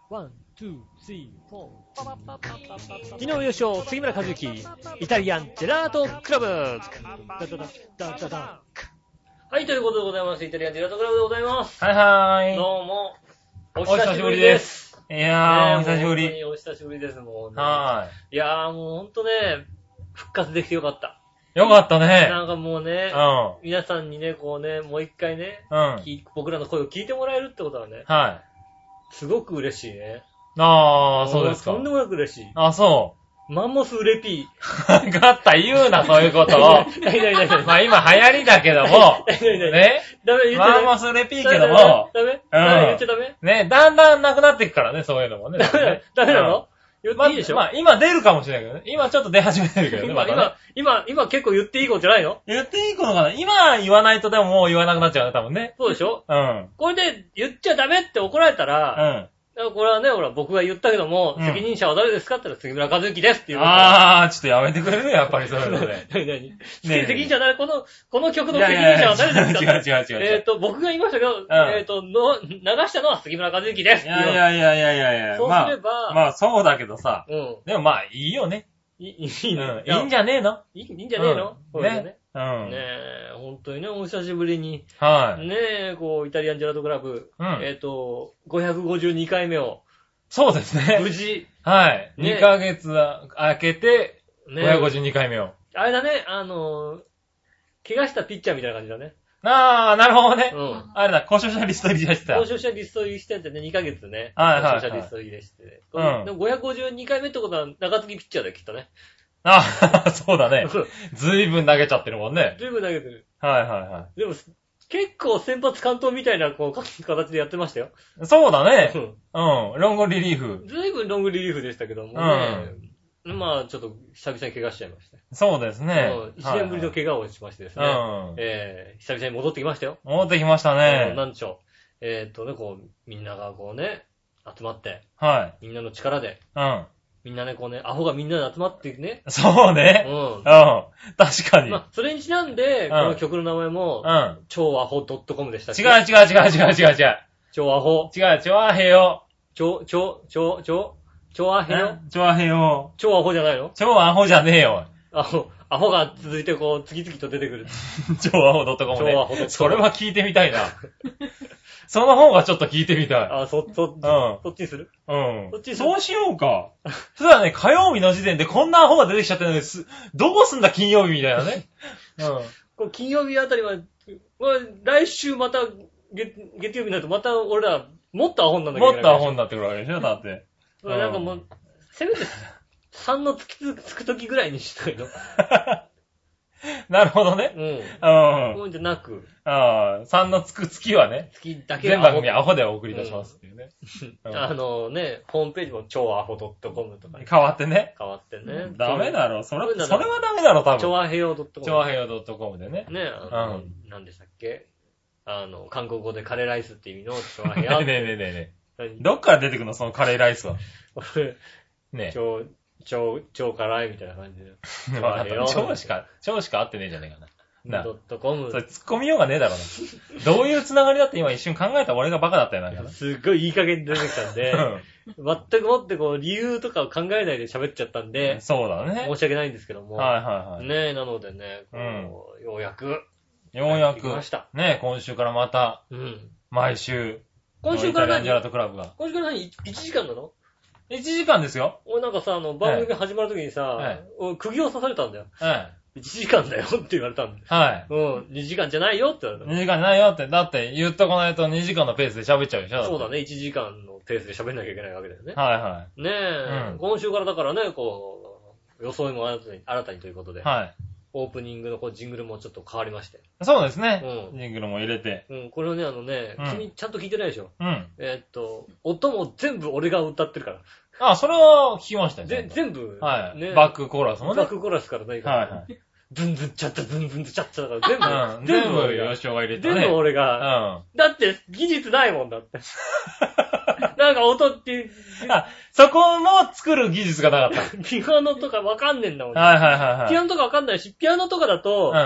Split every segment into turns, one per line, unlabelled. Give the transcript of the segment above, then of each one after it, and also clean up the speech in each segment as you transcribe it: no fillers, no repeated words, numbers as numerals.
ワン、ツー、スリー、フォー。昨日優勝、杉村和之、イタリアンジェラートクラブ。はい、ということでございます。イタリアンジェラートクラブでございます。
はいはーい。
どうも、お
久しぶりです。いやー、お久しぶり。
本当にお久しぶりです、もうね。
は
ーい。いやー、もうほんとね、復活できてよかった。
よかったね。
なんかもうね、皆さんにね、こうね、もう一回ね、僕らの声を聞いてもらえるってことはね、
はい。
すごく嬉しいね。
あー、そうですか。
とんでもなく嬉しい。
あ、そう。
マンモスウレピー。
わかった、言うな、そういうことを。まあ今流行りだけども、ね。
ダメ、言っちゃダメ。
マンモスウレピーけども、
ダメ言っちゃダメ
ね、だんだんなくなっていくからね、そういうのもね。
ダメなの言っていいでしょ
まあ今出るかもしれないけどね。今ちょっと出始めてるけどね、またね。
今結構言っていいことじゃないの？
言っていいことかな。今言わないとでももう言わなくなっちゃうね、多分ね。
そうでしょ？
うん。
これで言っちゃダメって怒られたら、これはね、ほら、僕が言ったけども、責任者は誰ですかって言ったら杉村和之ですって言うから。
ちょっとやめてくれるやっぱりそういうので。
何責任者は誰？この曲の責任者は誰ですか？
違う。
僕が言いましたけど、流したのは杉村和之ですって言う。
いや。
そうすれば、
まあそうだけどさ。でもまあいいよね。
いいね。
いいんじゃねえの？
いいんじゃねえの？
ね。
ねえ、本当にね、お久しぶりに。
はい。
ねえ、こう、イタリアンジェラートクラブ。552回目を。
そうですね。
無事。
はい。2ヶ月空けて、552回目を。
あれだね、怪我したピッチャーみたいな感じだね。
なるほどね。あれだ、故障者リスト入りでした。
故障者リスト入りしててね、2ヶ月ね。
はい。
故障者リスト入りして。でも552回目ってことは、中継ぎピッチャーだよ、きっとね。
そうだね。ずいぶん投げちゃってるもんね。
ずいぶん投げてる。
はい。
でも、結構先発関東みたいな、こう、形でやってましたよ。
そうだね。ロングリリーフ。
ずいぶんロングリリーフでしたけどもね。まあ、ちょっと、久々に怪我しちゃいました。
そうですね。
1年ぶりの怪我をしましてですね。久々に戻ってきましたよ。
戻ってきましたね。
なんでしょう。こう、みんながこうね、集まって。
はい。
みんなの力で。みんなね、こうね、アホがみんなで集まってね。
そうね。確かに。
まあ、それにちなんで、この曲の名前も、超アホ .com でしたっけ？
違う。
超アホ。
超アヘヨ。
超アヘヨ？
超アヘヨ。
超アホじゃないの？
超アホじゃねえよ。
アホが続いてこう、次々と出てくる。
超アホ .com ね。
超アホ .com。
それは聞いてみたいな。その方がちょっと聞いてみたい。
そっちにする？そっちにする？
そうしようか。そうだね、火曜日の時点でこんなアホが出てきちゃってるのに、どこすんだ金曜日みたいなね。
これ金曜日あたりは、来週また月曜日になるとまた俺らもっとアホになるんだけど。
もっとアホになってくるわけでしょ、だって。
なんかもう、せめて3のつく時ぐらいにしたいの。
なるほどね。
そうじゃなく。
3のつく月はね。
月だけ
全番組アホでお送り出しますっていうね。
ホームページも超アホ .com とか
変わってね。ダメだろ。それはダメだろ、多分。
超アヘヨ .com。
超アヘヨ .com でね。
何でしたっけ？韓国語でカレーライスって意味の超アヘヨ。
ねえ。どっから出てくのそのカレーライスは。ね
超辛いみたいな感じで。
超しか合ってねえじゃねえかな。
.com。
それ突っ込みようがねえだろうな。どういうつながりだって今一瞬考えた俺がバカだったよな。
すっごいいい加減に出てきたんで、全くもってこう理由とかを考えないで喋っちゃったんで、
そうだね。
申し訳ないんですけども。ねえ、なのでね、ようやく。来ました。
ねえ、今週からまた、毎週、
今週から何？
ジェラートクラブが。
今週から何？ 1 時間なの
？1時間ですよ。
俺なんかさ、番組始まるときにさ、釘を刺されたんだよ。1時間だよって言われたんだ。2時間じゃないよって言われた。
2時間じゃないよって、だって言っとかないと2時間のペースで喋っちゃうでしょ。
そうだね、1時間のペースで喋んなきゃいけないわけだよね。ねえ、今週からだからね、こう、装いも新たにということで。オープニングのジングルもちょっと変わりまして。
そうですね。ジングルも入れて。
これをね、君ちゃんと聞いてないでしょ。音も全部俺が歌ってるから。
それは聞きましたよ。
全部。
バックコーラスもね。
バックコーラスからね。ブンブンチャッチャ、ブンブンチャッチャだから
全部吉尾が入れてね。
全部俺が。だって技術ないもんだって。なんか音って。
そこも作る技術がなかった。
ピアノとかわかんねえんだもん。
はい。
ピアノとかわかんないし、ピアノとかだと、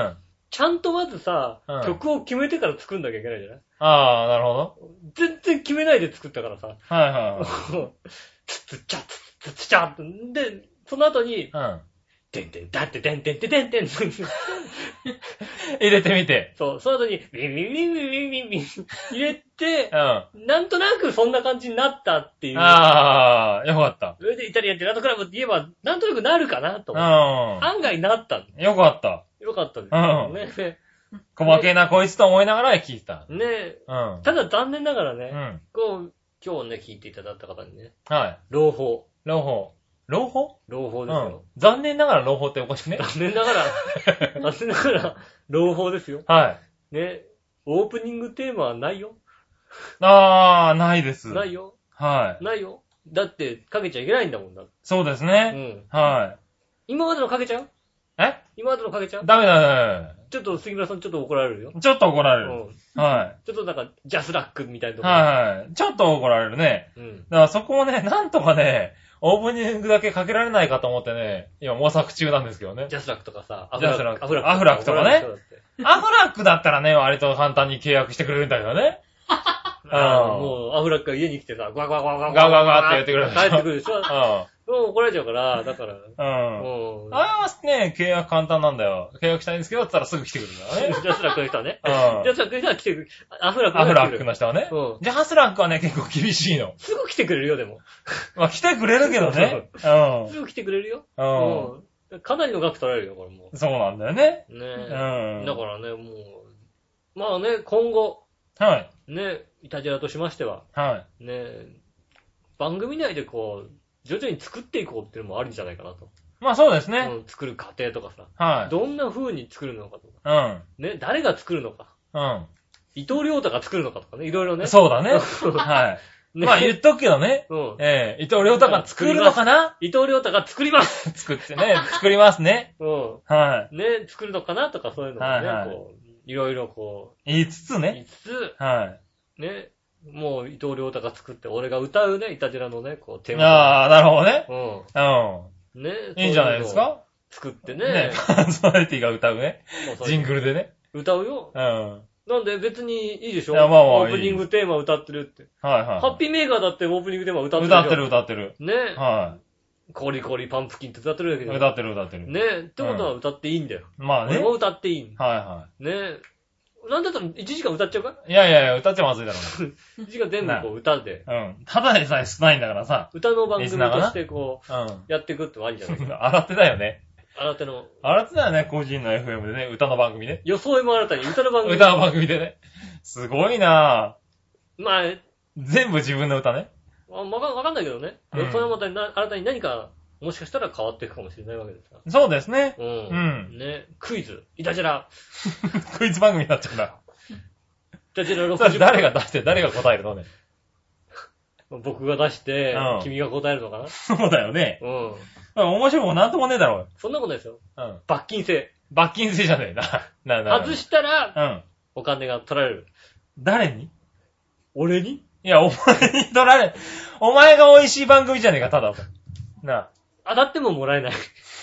ちゃんとまずさ、曲を決めてから作んなきゃいけないじゃない？
ああ、なるほど。
全然決めないで作ったからさ。
はいはい。
つっちゃつっちゃって。で、その後に、てんてんだっててんてんてんてん。入
れてみて。
そう、その後に、ビンビンビンビンビンビンビン入れて、なんとなくそんな感じになったっていう。
ああ、よかった。
それでイタリアンってランドクラブって言えば、なんとなくなるかなと思って。案外なった。
よかった。
よかったですね。
細けえなこいつと思いながら聞いた。
ねえ。ただ残念ながらね、今日ね、聞いていただった方にね。
はい。
朗報。
朗報
ですよ。
残念ながら朗報っておかしくね？
残念ながら、朗報ですよ。
はい。
ね。オープニングテーマはないよ。
ないです。
ないよ。
はい。
ないよ。だって、かけちゃいけないんだもんだ。
そうですね。はい。
今までのかけちゃう？今までのかけちゃう？
ダメだ。
ちょっと杉村さんちょっと怒られるよ。
ちょっと怒られる。はい。
ちょっとなんか、ジャスラックみたいなところ。
はい。ちょっと怒られるね。だからそこをね、なんとかね、オープニングだけかけられないかと思ってね、今模索中なんですけどね。
ジャスラックとかさ、アフラック
とかね。アフラックだったらね、割と簡単に契約してくれるんだけどね。
もう、アフラックが家に来てさ、ガガガガガ
ガガガってやってくれるでしょ。
帰ってくるでしょ。もう怒られちゃうから、だから。あ
れはね、契約簡単なんだよ。契約したいんですけど、って言ったらすぐ来てくるんだよね。
ジャスラックの人はね。ジャスラックの人は来てくる。アフラック
の人はね。ジャスラックはね、結構厳しいの。
すぐ来てくれるよ、でも。
まあ来てくれるけどね。
すぐ来てくれるよ。かなりの額取られるよ、これも。
そうなんだよね。
だからね、もう、まあね、今後。
はい。
ね、イタジラとしましては。
はい。
ね、番組内でこう、徐々に作っていこうっていうのもあるんじゃないかなと。
まあそうですね。
作る過程とかさ。
はい。
どんな風に作るのかとか。ね、誰が作るのか。伊藤良太が作るのかとかね、いろいろね。
そうだね。はい。まあ言っとくけどね。伊藤良太が作るのかな？
伊藤良太が作ります。
作りますね。
はい。ね、作るのかなとかそういうのをね、こう、いろいろこう。
言いつつね。はい。
ね。もう伊藤良太が作って、俺が歌うね、イタジラのね、こう、テーマ。
ああ、なるほどね。
ね。
いいんじゃないですか？
作ってね。
パーソナリティが歌うね。ジングルでね。
歌うよ。なんで別にいいでしょ？オープニングテーマ歌ってるって。
はいはい。
ハッピーメーカーだってオープニングテーマ歌ってる。
歌ってる。
ね。
はい。
コリコリパンプキンって歌ってるわけだよ。
歌ってる。
ね。ってことは歌っていいんだよ。
まあね。
俺も歌っていい。
はい。
ね。なんだったら1時間歌っちゃうか？
いや、歌っちゃまずいだろ
う。1時間全部こう歌で。
ただでさえ少ないんだからさ。
歌の番組としてこう、やっていくってもありじゃないですか。
新手だよね。
新手の。
新手だよね、個人の FM でね、歌の番組ね。
装いも新たに歌の番組。
歌の番組でね。すごいなぁ。
まあ、
全部自分の歌ね。
わかんないけどね。装いも新たに何か、もしかしたら変わっていくかもしれないわけですから。
そうですね。
ね。クイズ、イタジラ。
クイズ番組になっちゃうな。
イタジラ60。
誰が出して、誰が答えるのね。
僕が出して、君が答えるのかな？
そうだよね。面白いもんなんともねえだろ。
そんなことないですよ。罰金制。
罰金制じゃねえな。
外したら、お金が取られる。
誰に？
俺に？
いや、お前に取られる。お前が美味しい番組じゃねえか、ただ。
当たってももらえない。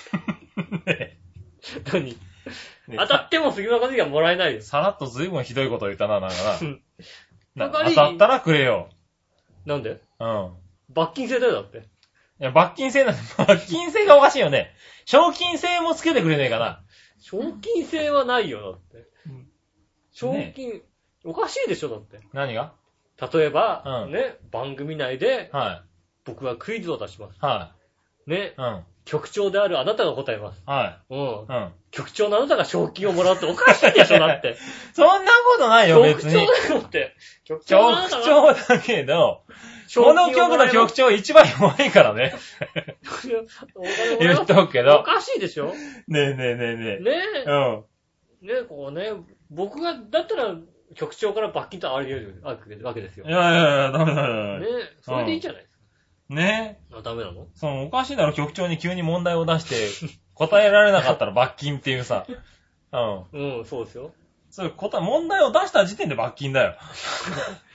何？当たっても杉村和樹はもらえないよ。
さらっと随分ひどいこと言ったな、なんかな。当たったらくれよ。
なんで？罰金制だよ、だって。
いや、罰金制がおかしいよね。賞金制もつけてくれねえかな。
賞金制はないよ、だって。賞金、おかしいでしょ、だって。
何が？
例えば、ね、番組内で、僕はクイズを出します。ね、局長であるあなたが答えます。局長のあなたが賞金をもらうっておかしいでしょ、だって。
そんなことないよ、別に。
局長だよって。
局長だけど、この局の局長一番弱いからね。言っとくけど。
おかしいでしょ？
ねえ。
ねえ、こうね、僕が、だったら、局長から罰金とあるわけですよ。
いや、ダメ。
ねえ、それでいいじゃないですか。
ね
え。ダメなの？
おかしいだろ、局長に急に問題を出して、答えられなかったら罰金っていうさ。
そうですよ。
問題を出した時点で罰金だよ。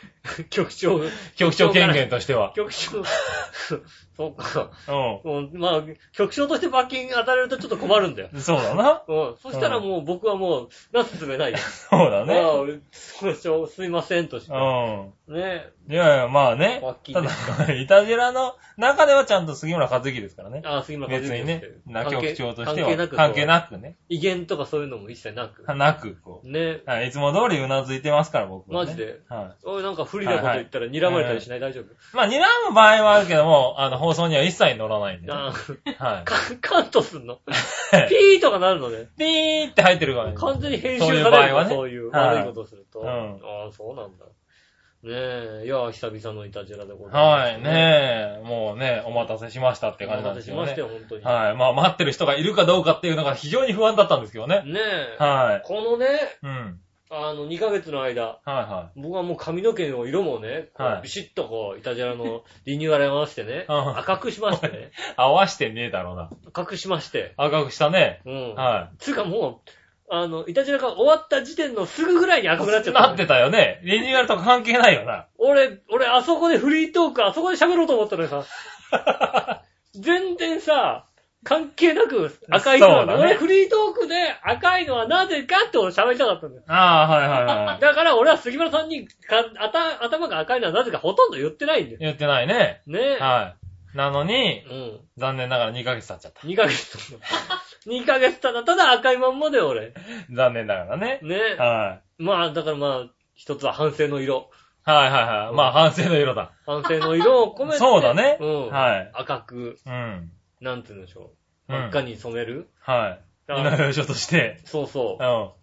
局長
権限としては。
局長、そうか。うん。まあ、局長として罰金当たれるとちょっと困るんだよ。
そうだな。
うん。そしたらもう僕はもう、なすすべないよ。
そうだね。
すいませんとして。うん。ね
いやいや、まあね。ただ、イタジラの中ではちゃんと杉村和之ですからね。
ああ、杉村和之。
別にね、局長としては。関係なくね。
威厳とかそういうのも一切なく。
なく、こう。ね。いつも通りうなずいてますから、僕は。
マジで。はい。なんか不利なこと言ったら睨まれたりしない？大丈夫？
まあ、睨む場合はあるけども、放送には一切乗らないんで。はい。
カットすんのピーとかなるのね。
ピーって入ってるからね。
完全に編集される。そういう場合はね。そういう悪いことすると。ああ、そうなんだ。ねえ。いや、久々のイタジラでございます。
はい、ねえ。もうね、お待たせしましたって感じなんですよね。
お待たせしましたよ、本当に。
はい。まあ、待ってる人がいるかどうかっていうのが非常に不安だったんですけどね。
ねえ。はい。このね、2ヶ月の間、僕はもう髪の毛の色もね、ビシッとこう、イタジラのリニューアル合わせてね、赤くしましてね。
合わしてねえだろうな。
赤くしまして。
赤くしたね。
はい。つうかもう、イタジラが終わった時点のすぐぐらいに赤くなっちゃった、
なってたよね。リニューアルとか関係ないよな。
俺、あそこでフリートーク、あそこで喋ろうと思ったのにさ、全然さ、関係なく赤い色なんだ。俺フリートークで赤いのはなぜかって俺喋りたかったんだよ。
ああ、はいはいはい。
だから俺は杉村さんに頭が赤いのはなぜかほとんど言ってないんだよ。
言ってないね。
ね。
はい。なのに、残念ながら2ヶ月経っちゃった。
2ヶ月経った。2ヶ月ただ赤いまんまで俺。
残念ながらね。
ね。はい。まあ、だからまあ、一つは反省の色。
はいはいはい。まあ反省の色だ。
反省の色を込めて。
そうだね。
はい。赤く。なんて言うんでしょう。真っ赤に染める。
はい。井上翔として。
そうそう。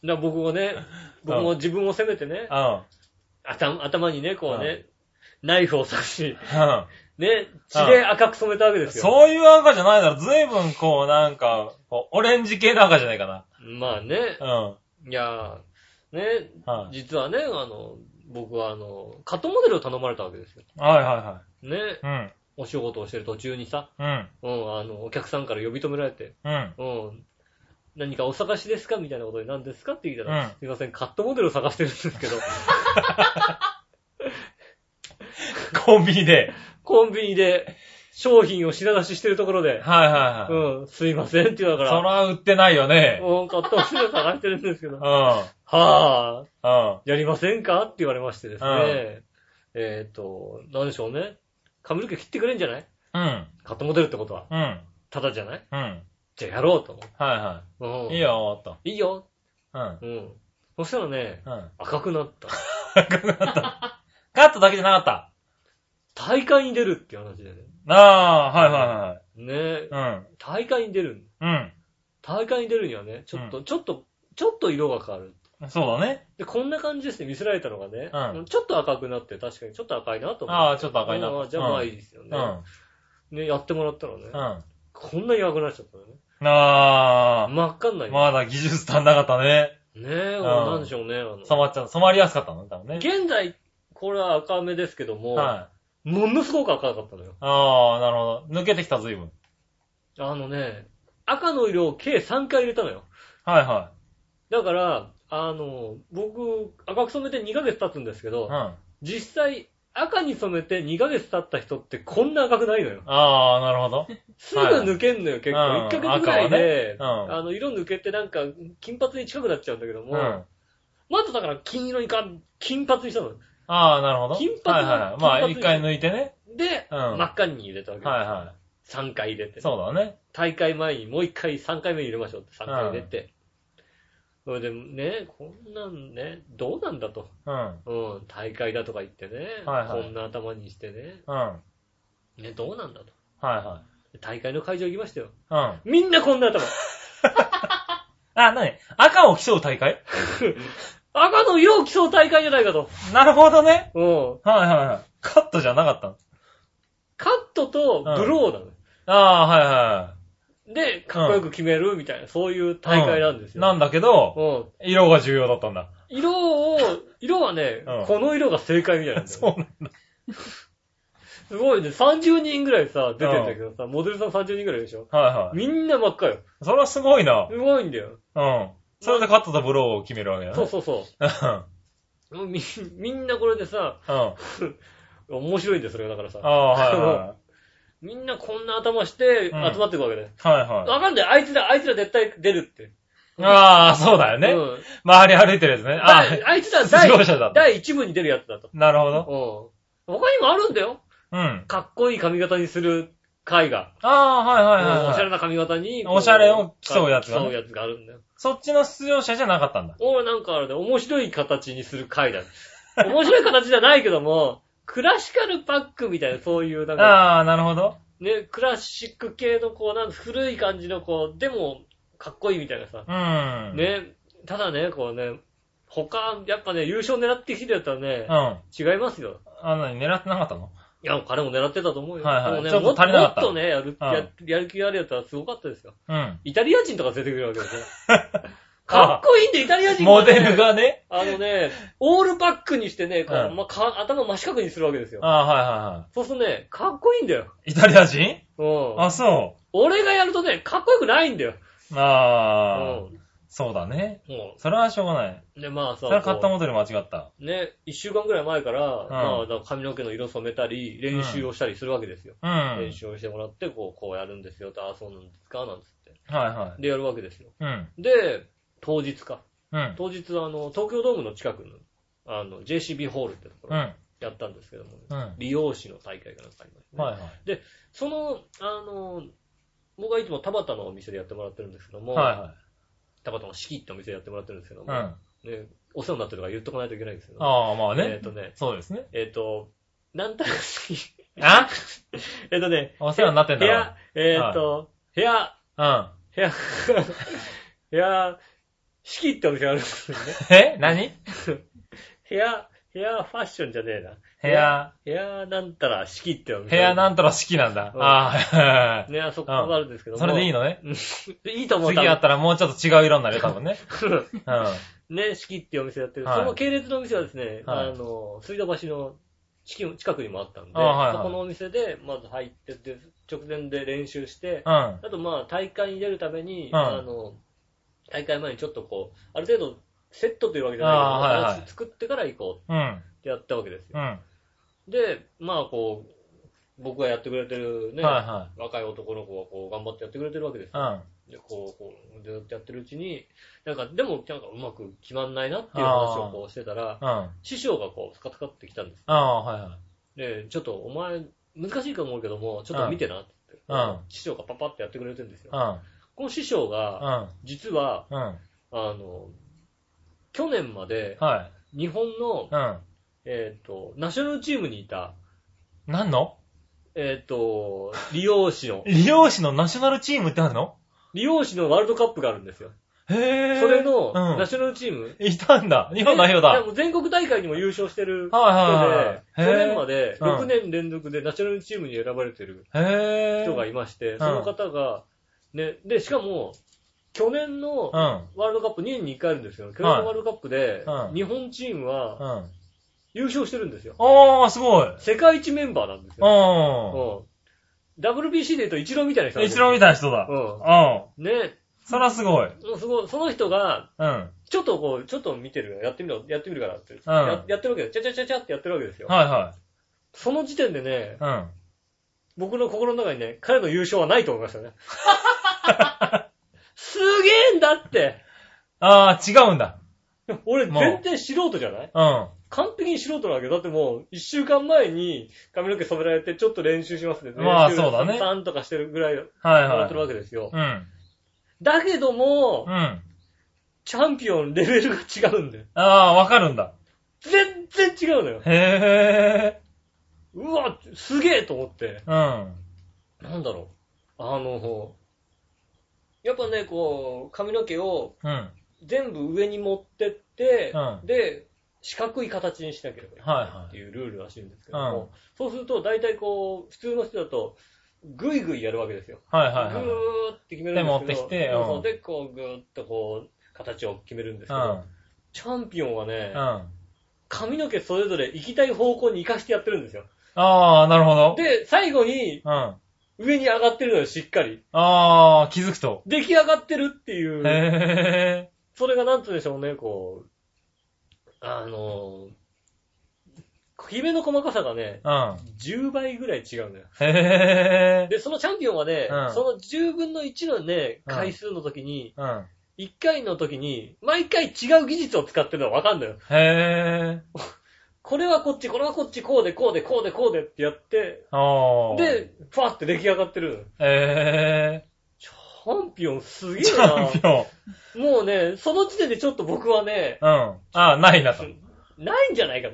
だから僕も自分を責めてね。頭にね、こうね、ナイフを刺し。ね、血で赤く染めたわけですよ。
そういう赤じゃないだろ。ずいぶんこうなんか、オレンジ系の赤じゃないかな。
まあね。いやね、実はね、僕はカットモデルを頼まれたわけですよ。
はいはいはい。
ね。お仕事をしてる途中にさ。お客さんから呼び止められて。何かお探しですかみたいなことで何ですかって聞いたら、すいません、カットモデルを探してるんですけど。
コンビニで
商品を品出ししてるところで。
はいはいはい。
すいませんって言うから。
そら売ってないよね。
カットモデルを探してるんですけど。はぁ。やりませんかって言われましてですね。なんでしょうね。髪の毛切ってくれんじゃない？カットモデルってことは。ただじゃない？じゃあやろうと思う。
はいはい。いいよ、と。
いいよ。そしたらね、赤くなった。
赤くなった。カットだけじゃなかった。
大会に出るっていう話でね。
はいはいはい。
ね大会に出る。大会に出るにはね、ちょっと色が変わる。
そうだね。
で、こんな感じですね、見せられたのがね。ちょっと赤くなって、確かにちょっと赤いなと思って。
ちょっと赤いな。
じゃあまあいいですよね。ね、やってもらったらね。こんなに赤くなっちゃったのね。真っ赤になり
まだ技術足んなかったね。
ねえ、なんでしょうね。
染まりやすかったの多分ね。
現在、これは赤目ですけども、ものすごく赤かったのよ。
なるほど。抜けてきた随分。
赤の色を計3回入れたのよ。
はいはい。
だから、僕、赤く染めて2ヶ月経つんですけど、実際、赤に染めて2ヶ月経った人ってこんな赤くないのよ。
なるほど。
すぐ抜けんのよ、結構。1ヶ月ぐらいで、色抜けてなんか、金髪に近くなっちゃうんだけども、まずだから金髪にしたの。
なるほど。金髪まあ、1回抜いてね。
で、真っ赤に入れたわけ。
はいはい。
3回入れて。
そうだね。
大会前にもう1回3回目に入れましょうって3回入れて。それでね、こんなんね、どうなんだと。大会だとか言ってね、こんな頭にしてね。ね、どうなんだと。大会の会場行きましたよ。みんなこんな頭。
何？赤を競う大会？
赤の色を競う大会じゃないかと。
なるほどね。カットじゃなかったの？
カットとブローなの。
はいはい。
で、かっこよく決めるみたいな、そういう大会なんですよ。
なんだけど、色が重要だったんだ。
色はね、この色が正解みたいなんだよ。
そうなんだ。
すごいね、30人ぐらいさ、出てんだけどさ、モデルさん30人ぐらいでしょ。みんな真っ赤よ。
それはすごいな。
すごいんだよ。
それでカットとブローを決めるわけだね。
そう。 みんなこれでさ、面白いんだよ、それがだからさ。みんなこんな頭して集まっていくわけで。はいはい。わかんない。あいつら絶対出るって。
ああ、そうだよね。周り歩いてるやつね。
あいつら第一部に出るやつだと。
なるほど。
他にもあるんだよ。かっこいい髪型にする会が。おしゃれな髪型に。
おしゃれを競うやつが。
競うやつがあるんだよ。
そっちの出場者じゃなかったんだ。
なんかあれで面白い形にする会だ。面白い形じゃないけども、クラシカルパックみたいな、そういうなんか。
なるほど。
ね、クラシック系の古い感じのでも、かっこいいみたいなさ。ね、ただね、やっぱね、優勝狙ってきてるやつはね、違いますよ。
狙ってなかったの？
いや、彼も狙ってたと思うよ。
はいはい。ちょっと足りなかった。
もっとね、やる気があるやつはすごかったですよ。イタリア人とか出てくるわけですよ。かっこいいんで、イタリア人
モデルがね。
オールバックにしてね、頭真四角にするわけですよ。そうするとね、かっこいいんだよ。
イタリア人？そう。
俺がやるとね、かっこよくないんだよ。
そうだね。それはしょうがない。
で、まあさ。
それは買ったモデル間違った。
ね、1週間ぐらい前から、髪の毛の色染めたり、練習をしたりするわけですよ。練習をしてもらって、こうやるんですよ。そうなんですかなんつって。で、やるわけですよ。で、当日か。当日は、東京ドームの近くの、JCB ホールってところやったんですけども、理容師の大会がなんかありましてね。で、僕はいつも田端のお店でやってもらってるんですけども、田端の四季ってお店でやってもらってるんですけども、ね、お世話になってるから言っとかないといけないんですけど。
まあね。そうですね。
なんたら四季。
お世話になってんだろ。
部屋、四季ってお店があるんですよね。
何
ヘアファッションじゃねえな。ヘアなんたら四季ってお店。
ヘアなんたら四季なんだ。
ね、あそこがあるんですけども。
それでいいのね。
いいと思う。
次やったらもうちょっと違う色になるよ、多分ね。
ね、四季ってお店やってる。その系列のお店はですね、水道橋の近くにもあったんで、そこのお店でまず入ってって直前で練習して、あとまあ大会に出るために、大会前にちょっとある程度セットというわけじゃないけど、作ってから行こうってやったわけですよ。で、まあ僕がやってくれてるね、若い男の子が頑張ってやってくれてるわけですよ。で、ずっとやってるうちに、でもうまく決まんないなっていう話をしてたら、師匠がスカってきたんですよ。で、ちょっとお前、難しいと思うけども、ちょっと見てなって。師匠がパパってやってくれてるんですよ。この師匠が、実は、去年まで、日本の、ナショナルチームにいた、
何の
理容師の。
理容師のナショナルチームってあるの？
理容師のワールドカップがあるんですよ。それの、ナショナルチーム。
いたんだ。日本代表だ。
でも全国大会にも優勝してる人で、去年まで6年連続でナショナルチームに選ばれてる人がいまして、その方が、ね、で、しかも、去年のワールドカップ2年に1回あるんですよ。去年のワールドカップで、日本チームは、優勝してるんですよ。
すごい。
世界一メンバーなんですよ。WBC で言うとイチローみたいな人。
イチローみたいな人だ。
ね。
そらすごい。
その人が、ちょっと見てる、やってみるからって。やってるわけです。ちゃってやってるわけですよ。その時点でね、僕の心の中にね、彼の優勝はないと思いましたね。すげえんだって。
違うんだ。
俺全然素人じゃない？完璧に素人なわけだってもう、一週間前に髪の毛染められてちょっと練習しますね。
そうだね。
3とかしてるぐらいやってるわけですよ。だけども、チャンピオンレベルが違うんだよ。
わかるんだ。
全然違うのよ。うわ、すげえと思って。なんだろう。やっぱね、髪の毛を全部上に持ってって、で、四角い形にしなければいけないっていうルールらしいんですけども、そうすると大体普通の人だとぐいぐいやるわけですよ。ぐーって決めるんですけど、
手持ってきて、
で、ぐーっと形を決めるんですけど、チャンピオンはね、髪の毛それぞれ行きたい方向に行かしてやってるんですよ。
なるほど。
で、最後に、上に上がってるのよ、しっかり。
気づくと。
出来上がってるっていう。それがなんつうんでしょうね、 ひめの細かさがね、10倍ぐらい違うんだよ。
へ
で、そのチャンピオンはね、その10分の1のね、回数の時に、1回の時に、毎回違う技術を使ってるのがわかんないよ。これはこっち、これはこっち、こうで、こうで、こうで、こうでってやって、で、ファーって出来上がってる。チャンピオンすげえな。チャンピオン。もうね、その時点でちょっと僕はね、
ないなと。
ないんじゃないかと。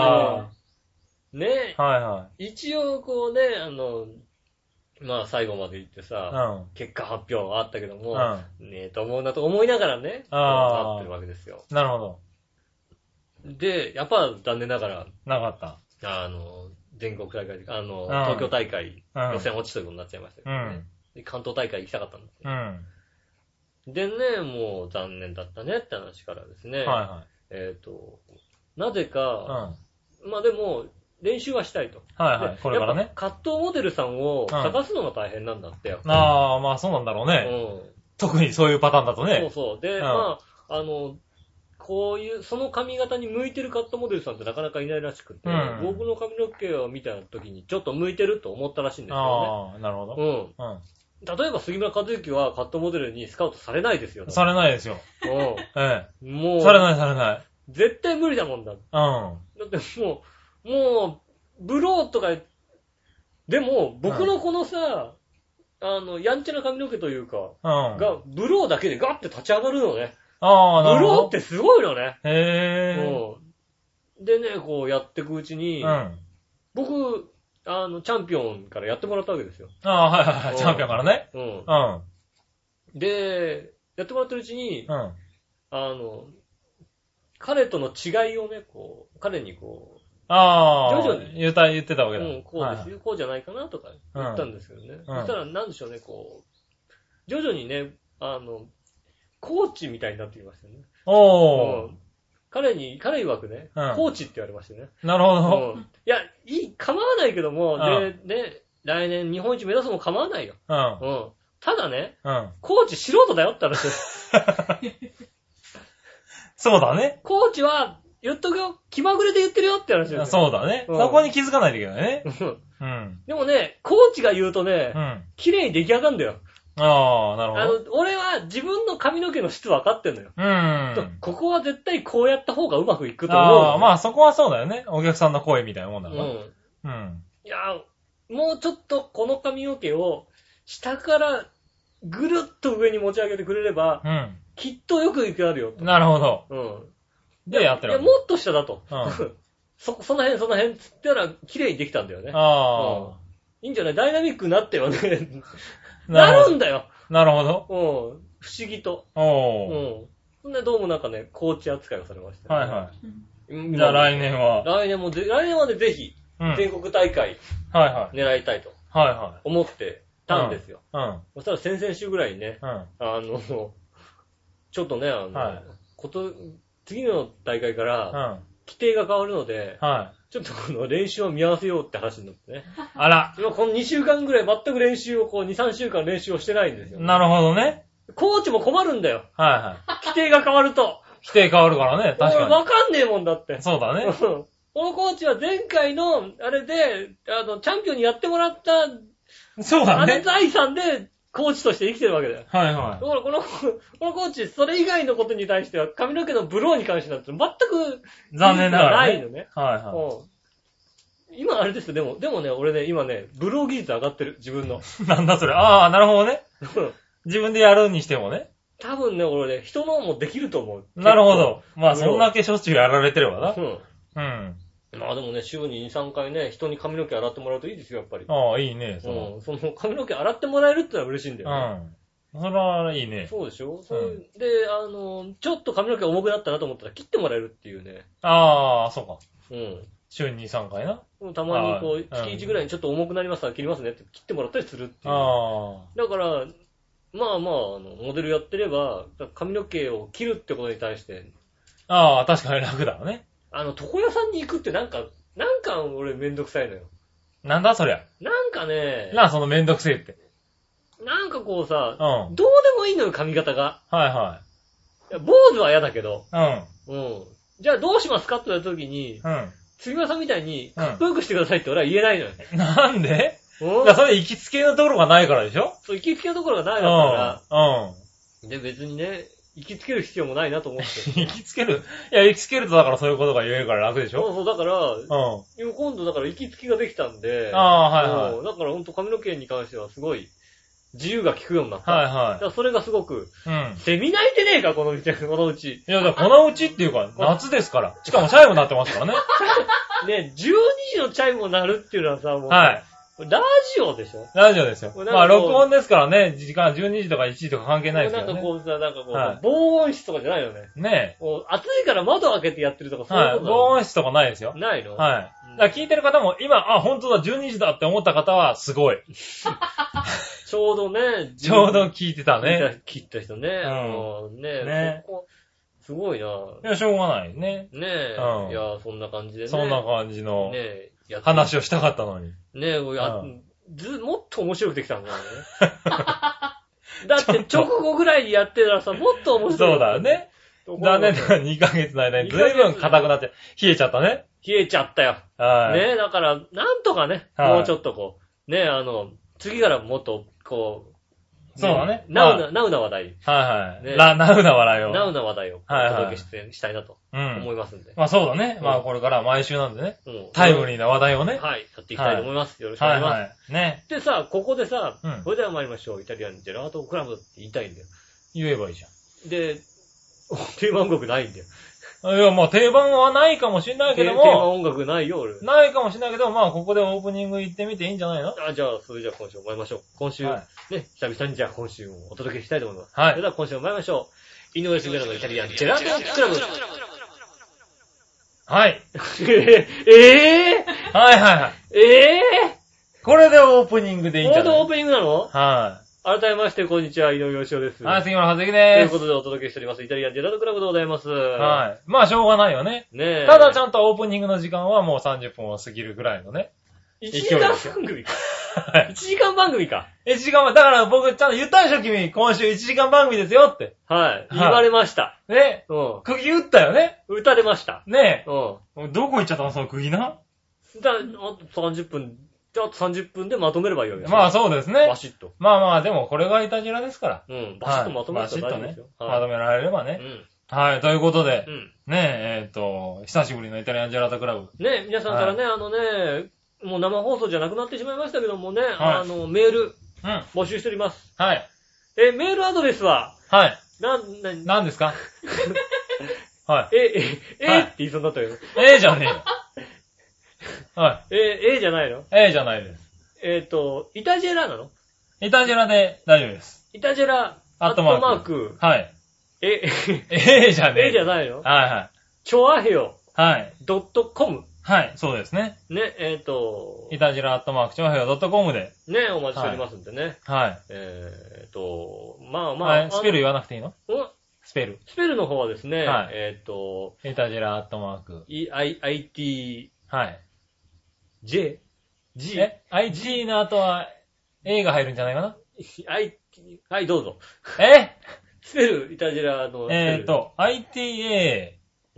ね。一応こうね、まあ最後まで行ってさ、結果発表があったけども、ねえと思うなと思いながらね、なってるわけですよ。
なるほど。
で、やっぱ残念ながら、
なかった。
全国大会、東京大会、予選落ちということになっちゃいましたけどね。関東大会行きたかったんですよ。でね、もう残念だったねって話からですね。なぜか、まあでも、練習はしたいと。
これからね。
葛藤モデルさんを探すのが大変なんだって。
まあそうなんだろうね。特にそういうパターンだとね。
そうそう。で、まあ、こういう、その髪型に向いてるカットモデルさんってなかなかいないらしくて、僕の髪の毛を見た時にちょっと向いてると思ったらしいんですよね。
なるほど。
例えば杉村和之はカットモデルにスカウトされないですよ。
されないですよ。
もう。
されない。
絶対無理だもんだ。だってもう、ブローとか、でも、僕のこのさ、やんちゃな髪の毛というか、が、ブローだけでガッて立ち上がるのね。ブローってすごいのね。でね、こうやっていくうちに、僕、チャンピオンからやってもらったわけですよ。
チャンピオンからね。
で、やってもらってるうちに、彼との違いをね、こう、彼にこう、徐々に。
言ってたわけだ。
こうですよ、こうじゃないかなとか言ったんですけどね。そしたらなんでしょうね、こう、徐々にね、コーチみたいになってきましたね。彼曰くね、コーチって言われましたね。
なるほど。
いや、構わないけども、で、ね、来年日本一目指すも構わないよ。ただね、コーチ素人だよって話です。
そうだね。
コーチは、言っとくよ。気まぐれで言ってるよって話ですよ。
そうだね。そこに気づかないといけないね。
でもね、コーチが言うとね、綺麗に出来上がるんだよ。
なるほど。
俺は自分の髪の毛の質分かってんのよ。ここは絶対こうやった方がうまくいくと思う。
まあそこはそうだよね。お客さんの声みたいなもんだから。い
や、もうちょっとこの髪の毛を下からぐるっと上に持ち上げてくれれば、きっとよくいくやるよ。
なるほど。で、やってる。
いや、もっと下だと。その辺つったら綺麗にできたんだよね。いいんじゃない？ダイナミックになってよね。なるんだよ。
なるほど。
不思議と。そんでどうもなんかね、コーチ扱いをされました。
じゃあ来年は
来年までぜひ、全国大会、狙いたいと。思ってたんですよ。そしたら先々週ぐらいにね、ちょっとね、次の大会から、規定が変わるので、ちょっとこの練習を見合わせようって話になってね。
あら。
今この2週間ぐらい全く練習を2、3週間練習をしてないんですよ。
なるほどね。
コーチも困るんだよ。規定が変わると。
規定変わるからね、確かに。
わかんねえもんだって。
そうだね。
このコーチは前回の、あれで、チャンピオンにやってもらった、
そうだね。
財産で、コーチとして生きてるわけだよ。だからこのコーチ、それ以外のことに対しては、髪の毛のブローに関しては全く、
残念ながら
ないのね。今あれですよ、でもね、俺ね、今ね、ブロー技術上がってる、自分の。
なんだそれ。なるほどね。自分でやるにしてもね。
多分ね、俺ね、人のもできると思う。
なるほど。まあ、そんだけしょっちゅうやられてればな。
まあでもね、週に2、3回ね、人に髪の毛洗ってもらうといいですよ、やっぱり。
いいね。
その髪の毛洗ってもらえるってのは嬉しいんだよね。
それはいいね。
そうでしょで、ちょっと髪の毛重くなったなと思ったら切ってもらえるっていうね。
そうか。週に2、3回な。
たまにこう、月1ぐらいにちょっと重くなりますから切りますねって切ってもらったりするっていう。だから、まあまあ、モデルやってれば、髪の毛を切るってことに対して。
確かに楽だね。
床屋さんに行くってなんか俺めんどくさいのよ。
なんだそりゃ。
なんかね。
そのめんどくせえって。
なんかこうさ、どうでもいいのよ、髪型が。いや、坊主は嫌だけど。 じゃあどうしますかって言われた時に、杉村さんみたいに、かっこよくしてくださいって俺は言えないのよ。
なんで？だそれ行きつけのところがないからでしょ？
そう、行きつけのところがないだから、で、別にね、行きつける必要もないなと思って。
行きつける？いや、行きつけるとだからそういうことが言えるから楽でしょ？
そう、だから、今度だから行きつけができたんで、だからほんと髪の毛に関してはすごい、自由が利くようになった。だからそれがすごと、セミ泣いてねえか、このうち。
いや、だからこのうちっていうか、夏ですから。しかもチャイム鳴ってますからね。
ね、12時のチャイムを鳴るっていうのはさ、もう、ラジオでしょ？
ラジオですよ。まあ、録音ですからね、時間12時とか1時とか関係ないですからね。
なんかこう、防音室とかじゃないよね。
ね
え。暑いから窓開けてやってるとかそういうこと
防音室とかないですよ。
ないの？
はい。だから聞いてる方も、今、本当だ、12時だって思った方は、すごい。
ちょうどね。
ちょうど聞いてたね。
聞いた人ね。ね。すごいな。
いや、しょうがないね。
ねえ。いや、そんな感じでね。
そんな感じの。ねえ。話をしたかったのに。
ねえ、もっと面白くできたんだよね。だって直後ぐらいにやってたらさ、もっと面白い。
そうだよね。残念ながら2ヶ月の間にずいぶん硬くなって、冷えちゃったね。
冷えちゃったよ。ねえ、だから、なんとかね、もうちょっとこう、ねえ、次からもっと、こう、
そうだね。
ナウな話題。
はいはい。ナウな話題を。
ナウな話題をお届けしたいなと思いますんで。
まあそうだね。まあこれから毎週なんでね。タイムリーな話題をね。
はい。やっていきたいと思います。よろしくお願いします。
はい。ね。
でさ、ここでさ、それでは参りましょう。イタリアンジェラートクラブって言いたいんだよ。
言えばいいじゃん。
で、定番音楽ないんだよ。
いや、まあ定番はないかもしんないけども。
定番音楽ないよ、俺。
ないかもしんないけど、まあここでオープニング行ってみていいんじゃないの？
じゃあ、それじゃあ今週参りましょう。今週、ね、久々にじゃあ今週もお届けしたいと思います。
はい。
それでは今週も参りましょう。井上杉村のイタリアンジェラートクラブ。
はい。
はい。
これでオープニングでいいんじゃない？
これでオープニングなの？
はい。
改めまして、こんにちは、井上芳雄です。
はい、杉村はずきです。
ということでお届けしております、イタリアンジェラートクラブでございます。
はい。まあ、しょうがないよね。
ねえ。
ただちゃんとオープニングの時間はもう30分を過ぎるぐらいのね。
1時間番組か。1時間番組か。
1時間番組。だから僕ちゃんと言ったでしょ、君。今週1時間番組ですよって。
はい。言われました。
ね。釘打ったよね。
打たれました。
ねえ。どこ行っちゃったの、その釘な。
あと30分。じゃあ30分でまとめればいいわけです。
まあそうですね。
バシッと。
まあでもこれがイタジラですから。
バシッとまとめれば大丈夫ですよ。
まとめられればね。はい、ということで。ねえ、久しぶりのイタリアンジェラートクラブ。
ね皆さんからね、もう生放送じゃなくなってしまいましたけどもね、メール、募集しております。
はい。
メールアドレスは、
はい。何ですか？はい。
って言いそうになったけど。
じゃねえよ。はい。
じゃないの？
じゃないです。
イタジェラなの？
イタジェラで大丈夫です。
イタジェラ、アットマーク。
はい。じゃねえ。
じゃないの？
はいはい。
チョアヘヨ。
はい。
.com。
はい、そうですね。
ね、
イタジェラアットマークチョアヘヨ .com で。
ね、お待ちしておりますんでね。
はい。
まあ。
スペル言わなくていいの？スペル
の方はですね、
はい。イタジェラアットマーク。
IT。
はい。
G?
IT の後は A が入るんじゃないかな？
はい、どうぞ。スペル、イタジェラの。
ITA、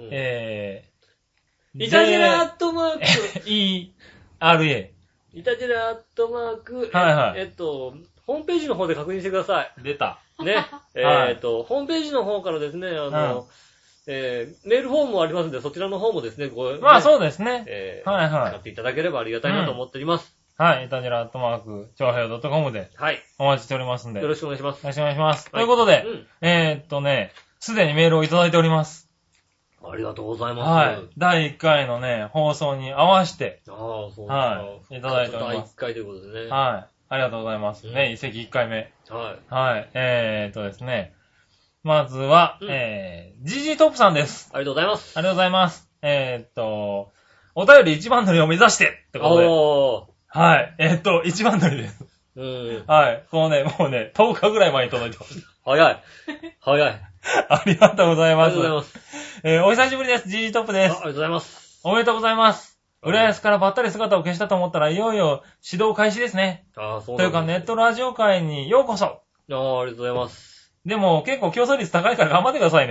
イタジェラアットマーク。
ERA。
イタジェラアットマーク。
はい。
ホームページの方で確認してください。
出た。
ね。ホームページの方からですね、メールフォームもありますんで、そちらの方もですね、
まあそうですね。
使っていただければありがたいなと思っております。
はい。イタジェラアットマーク、チョアヘヨ .com で。はい。お待ちしておりますんで。
よろしくお願いします。
よろしくお願いします。ということで、すでにメールをいただいております。
ありがとうございます。
はい。第1回のね、放送に合わせて。
そうですか。
はい。いただいております。
第1回ということでね。
はい。ありがとうございます。ね、移籍1回目。
はい。
はい。ですね。まずは、GG トップさんです。
ありがとうございます。
ありがとうございます。お便り1番乗りを目指してってことで。はい。1番乗りです。はい。もうね、10日ぐらい前に届いてます。
早い。
ありがとうございます。
ありがとうございます。
お久しぶりです。GG トップです。
ありがとうございます。
おめでとうございます。浦安からばったり姿を消したと思ったらいよいよ指導開始ですね。
そうなんです。
というかネットラジオ界にようこそ。
ありがとうございます。
でも結構競争率高いから頑張ってくださいね。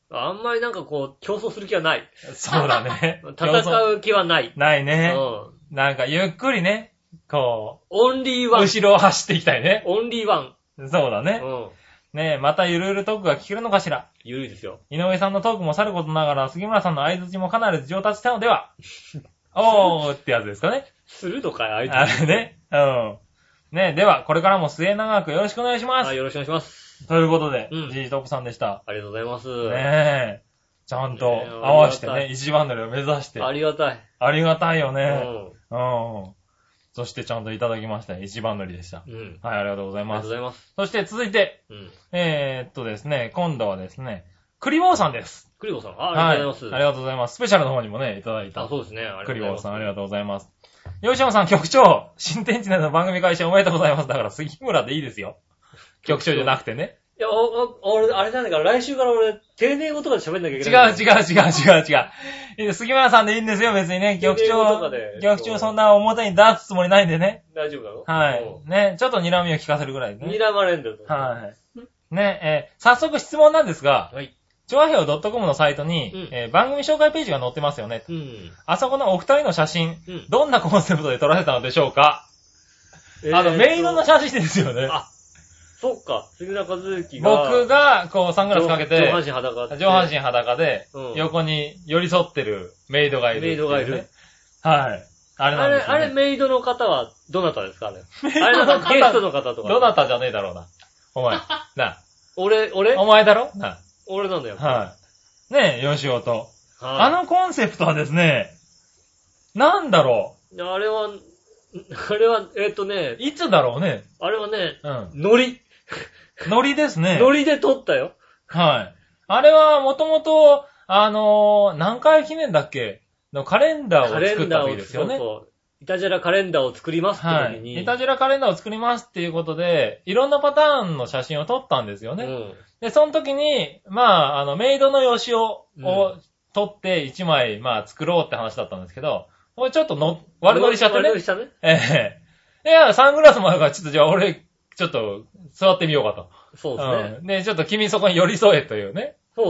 あんまりなんかこう、競争する気はない。
そうだね。
戦う気はない。
ないね。なんかゆっくりね、こ
う。オンリーワン。
後ろを走っていきたいね。
オンリーワン。
そうだね。ねえ、またゆるゆるトークが聞けるのかしら。
ゆるいですよ。
井上さんのトークもさることながら、杉村さんの相槌もかなり上達したのでは。おーってやつですかね。
するのかい、相槌。
あれね。ねえ、では、これからも末永くよろしくお願いします。
はい、よろしくお願いします。
ということで、G トップさんでした。
ありがとうございます。
ねえ。ちゃんと合わせてね、一番乗りを目指して。
ありがたい。
ありがたいよね。そしてちゃんといただきました。一番乗りでした。はい、ありがとうございます。
ありがとうございます。
そして続いて、ですね、今度はですね、クリボーさんです。
クリボーさん、ありがとうございます。
ありがとうございます。スペシャルの方にもね、いただいた。
そうですね。
クリボーさん、ありがとうございます。吉野さん、局長、新天地内の番組開始おめでとうございます。だから杉村でいいですよ。局長じゃなくてね。
いや、俺、あれなんだから、来週から俺、丁寧語とかで喋んなきゃいけない。
違う。杉村さんでいいんですよ、別にね。局長そんな表に出すつもりないんでね。
大丈夫なの？
はい。ね、ちょっと睨みを聞かせるぐらいね。
睨まれんだよ。
はい。ね、早速質問なんですが、
はい。
チョアヘオ .com のサイトに、番組紹介ページが載ってますよね。あそこのお二人の写真、どんなコンセプトで撮られたのでしょうか？メイドの写真ですよね。
そっか、杉村和之が。
僕が、こう、サングラスかけて、
上半身
裸で、横に寄り添ってるメイドがいる、
メイドがいる。
はい。あれなんですよ、ね。
あれ、メイドの方は、どなたですかあれ。あれのゲストの方とか。
どなたじゃねえだろうな。お前。な。
俺
お前だろな。
俺なんだよ。
はい。ねえ、吉尾と。あのコンセプトはですね、なんだろ
う。あれは、
いつだろうね。
あれはね、ノリ
ですね。
ノリで撮ったよ。
はい。あれはもともと、何回記念だっけのカレンダーを作った時ですよね。
そう。イタジェラカレンダーを作りますって時に。
イタジェラカレンダーを作りますっていうことで、いろんなパターンの写真を撮ったんですよね。で、その時に、メイドのヨシオを撮って1枚、作ろうって話だったんですけど、これちょっと悪乗りしちゃってね。悪乗りしたね。いや、サングラスもあるから、ちょっとじゃあ俺、ちょっと座ってみようかと。
そうですね。
で、ちょっと君そこに寄り添えというね。
そう。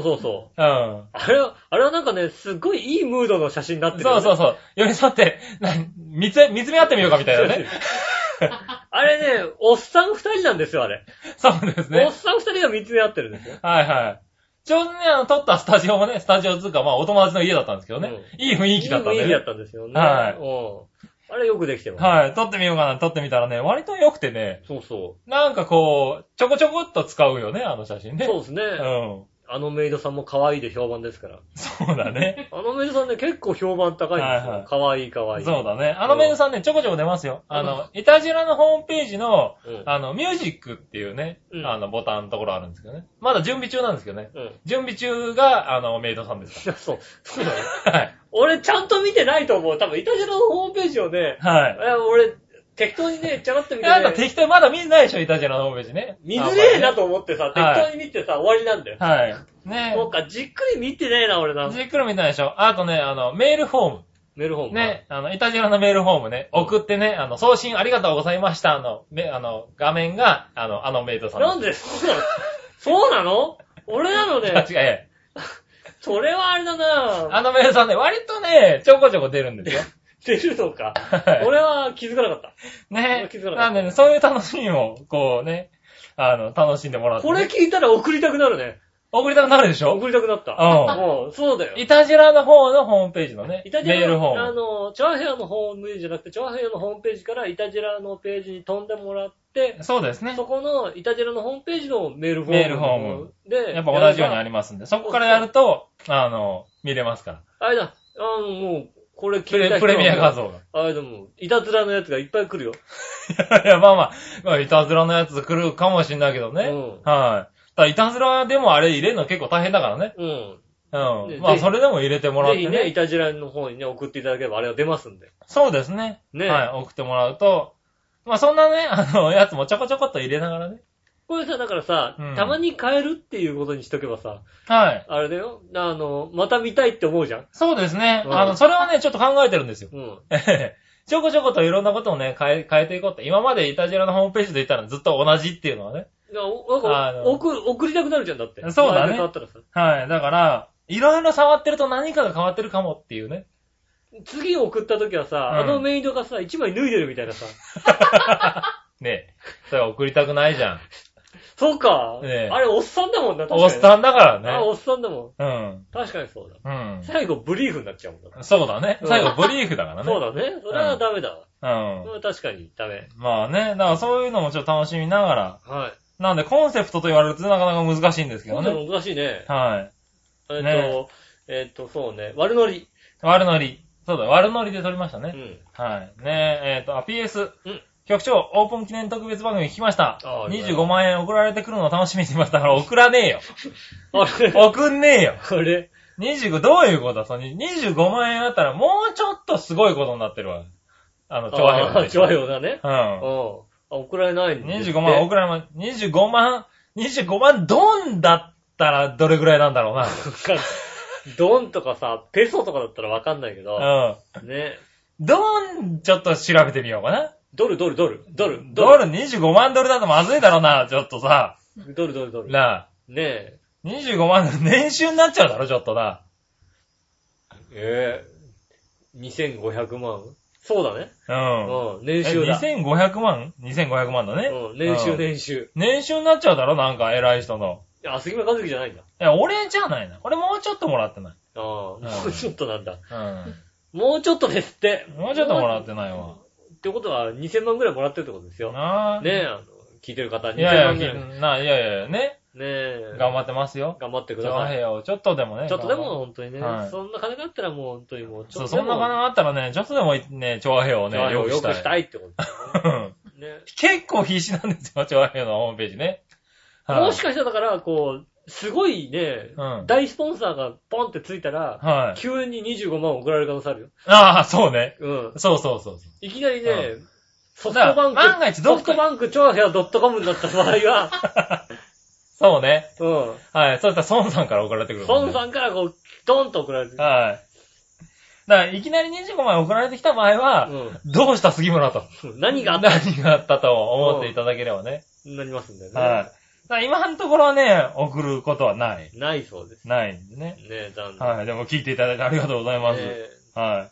あれはなんかね、すっごいいいムードの写真になってる、ね。
そう。寄り添って、見つめ合ってみようかみたいなね。
あれね、おっさん二人なんですよ、あれ。
そうですね。
おっさん二人が見つめ合ってるんですよ。
はい。ちょうどね、撮ったスタジオもね、スタジオつうか、お友達の家だったんですけどね。いい雰囲気だったんで、ね。
いい雰囲気だったんですよね。
はい。
あれよくできてます。
はい。撮ってみようかな、撮ってみたらね、割と良くてね。
そう。
なんかこう、ちょこちょこっと使うよね、あの写真ね。
そうですね。あのメイドさんも可愛いで評判ですから。
そうだね。
あのメイドさんね、結構評判高いんですよ。可愛い。
そうだね。あのメイドさんね、ちょこちょこ出ますよ。イタジラのホームページの、ミュージックっていうね、ボタンのところあるんですけどね。まだ準備中なんですけどね。準備中が、メイドさんですから。
そうだね。はい。俺ちゃんと見てないと思う。多分イタジラのホームページをね、俺、適当にね、ちゃらっと見てね。
なんだ適当にまだ見てないでしょ、イタジラのホームページね。
見づれえなと思ってさ、適当に見てさ、終わりなんだよ。
はい。ね
そうか、じっくり見てねえな、俺な。
じっくり見てないでしょ。あとね、メールフォーム。
メールフォーム。
ね、イタジラのメールフォームね、送ってね、送信ありがとうございました。画面が、メイドさん。
なんでそうなの俺なのね。
違う。
それはあれだな
メイドさんね、割とね、ちょこちょこ出るんですよ。
出るのか。俺は気づかなかった。
ね。なんでね、そういう楽しみを、こうね、楽しんでもらって、
これ聞いたら送りたくなるね。
送りたくなるでしょ？
送りたくなった。そうだよ。
イタジラの方のホームページのね、メールフォーム。
チョアヘアのホームページじゃなくて、チョアヘアのホームページからイタジラのページに飛んでもらって、
そうですね。
そこのイタジラのホームページのメールフォームで、
やっぱ同じようにありますんで、そこからやると、見れますから。
あれだ、もう、これ聞いた人
プレミア画像が。
あれでも、イタズラのやつがいっぱい来るよ。
いや、イタズラのやつ来るかもしんないけどね。はい。ただ、イタズラでもあれ入れるの結構大変だからね。それでも入れてもらってね。
ぜひね、イタジラの方にね、送っていただければあれが出ますんで。
そうですね。はい、送ってもらうと、そんなね、やつもちょこちょこっと入れながらね。
これさ、だからさ、たまに変えるっていうことにしとけばさ、
はい。
あれだよ、また見たいって思うじゃん。
そうですね。それはね、ちょっと考えてるんですよ。ちょこちょこといろんなことをね、変えていこうって。今までイタジラのホームページで言ったらずっと同じっていうのはね。
送りたくなるじゃん、だって。
そうだね。はい。だから、いろいろ触ってると何かが変わってるかもっていうね。
次送った時はさ、あのメイドがさ、一枚脱いでるみたいなさ。
ねえ。それ送りたくないじゃん。
そうか。ねえ。あれ、おっさんだもんな、確かに。
おっさんだからね。
おっさんだも
ん。うん。
確かにそうだ。最後、ブリーフになっちゃうもんだ。
そうだね。最後、ブリーフだからね。
そうだね。それはダメだわ。確かに、ダメ。
まあね。だからそういうのもちょっと楽しみながら。
はい。
なんで、コンセプトと言われるとなかなか難しいんですけどね。
難しいね。
はい。
そうね。悪ノリ。
そうだ、悪ノリで撮りましたね。はい。ねPS。局長、オープン記念特別番組聞きました。25万円送られてくるのを楽しみにしてましたから送らねえよ。送んねえよ。
これ。
25、どういうことだその25万円あったらもうちょっとすごいことになってるわ。調和表
で。調和表だね。送られないんだ。
25万送られます。25万ドンだったらどれぐらいなんだろうな。
ドンとかさ、ペソとかだったらわかんないけど。ね。
ドン、ちょっと調べてみようかな。
ドル
25万ドルだとまずいだろうな、ちょっとさ。
ドル。
なあ。
ねえ。
25万ドル年収になっちゃうだろ、ちょっとな。
2500万そうだね。
年収だ。2500万 ?2500 万だね。
年収。
年収になっちゃうだろ、なんか偉い人の。
いや、杉村和樹じゃないんだ。い
や、俺じゃないな。俺もうちょっともらってない。
もうちょっとなんだ。もうちょっとですって。
もうちょっともらってないわ。
ってことは、2000万ぐらいもらってるってことですよ。ね聞いてる方、2000万ぐらい。
いや、ね。頑張ってますよ。
頑張ってください。
ちょっとでもね。
ちょっとでも本当にね。そんな金があったらもう本当にもう
ちょっとそんな金があったらね、ちょっとでもね、調和平をね、
よくしたいってことです
ね。結構必死なんですよ、調和平のホームページね。
もしかしたらだから、こう、すごいね、大スポンサーがポンってついたら、急に25万送られる可能性あるよ。
ああ、そうね。そう。
いきなりね、ソフトバンク調和平 .com になった場合は、
そうね。はい。そうしたら孫さんから送られてくる。
孫さんからこう、ドンと送られてくる。
はい。だから、いきなり25万円送られてきた場合は、どうした杉村と。
何があ
ったと思っていただければね。
なりますんだよね。
はい。だから今のところはね、送ることはない。
ないそうです。
ないんでね。
ね残念。
はい。でも聞いていただいてありがとうございます。はい。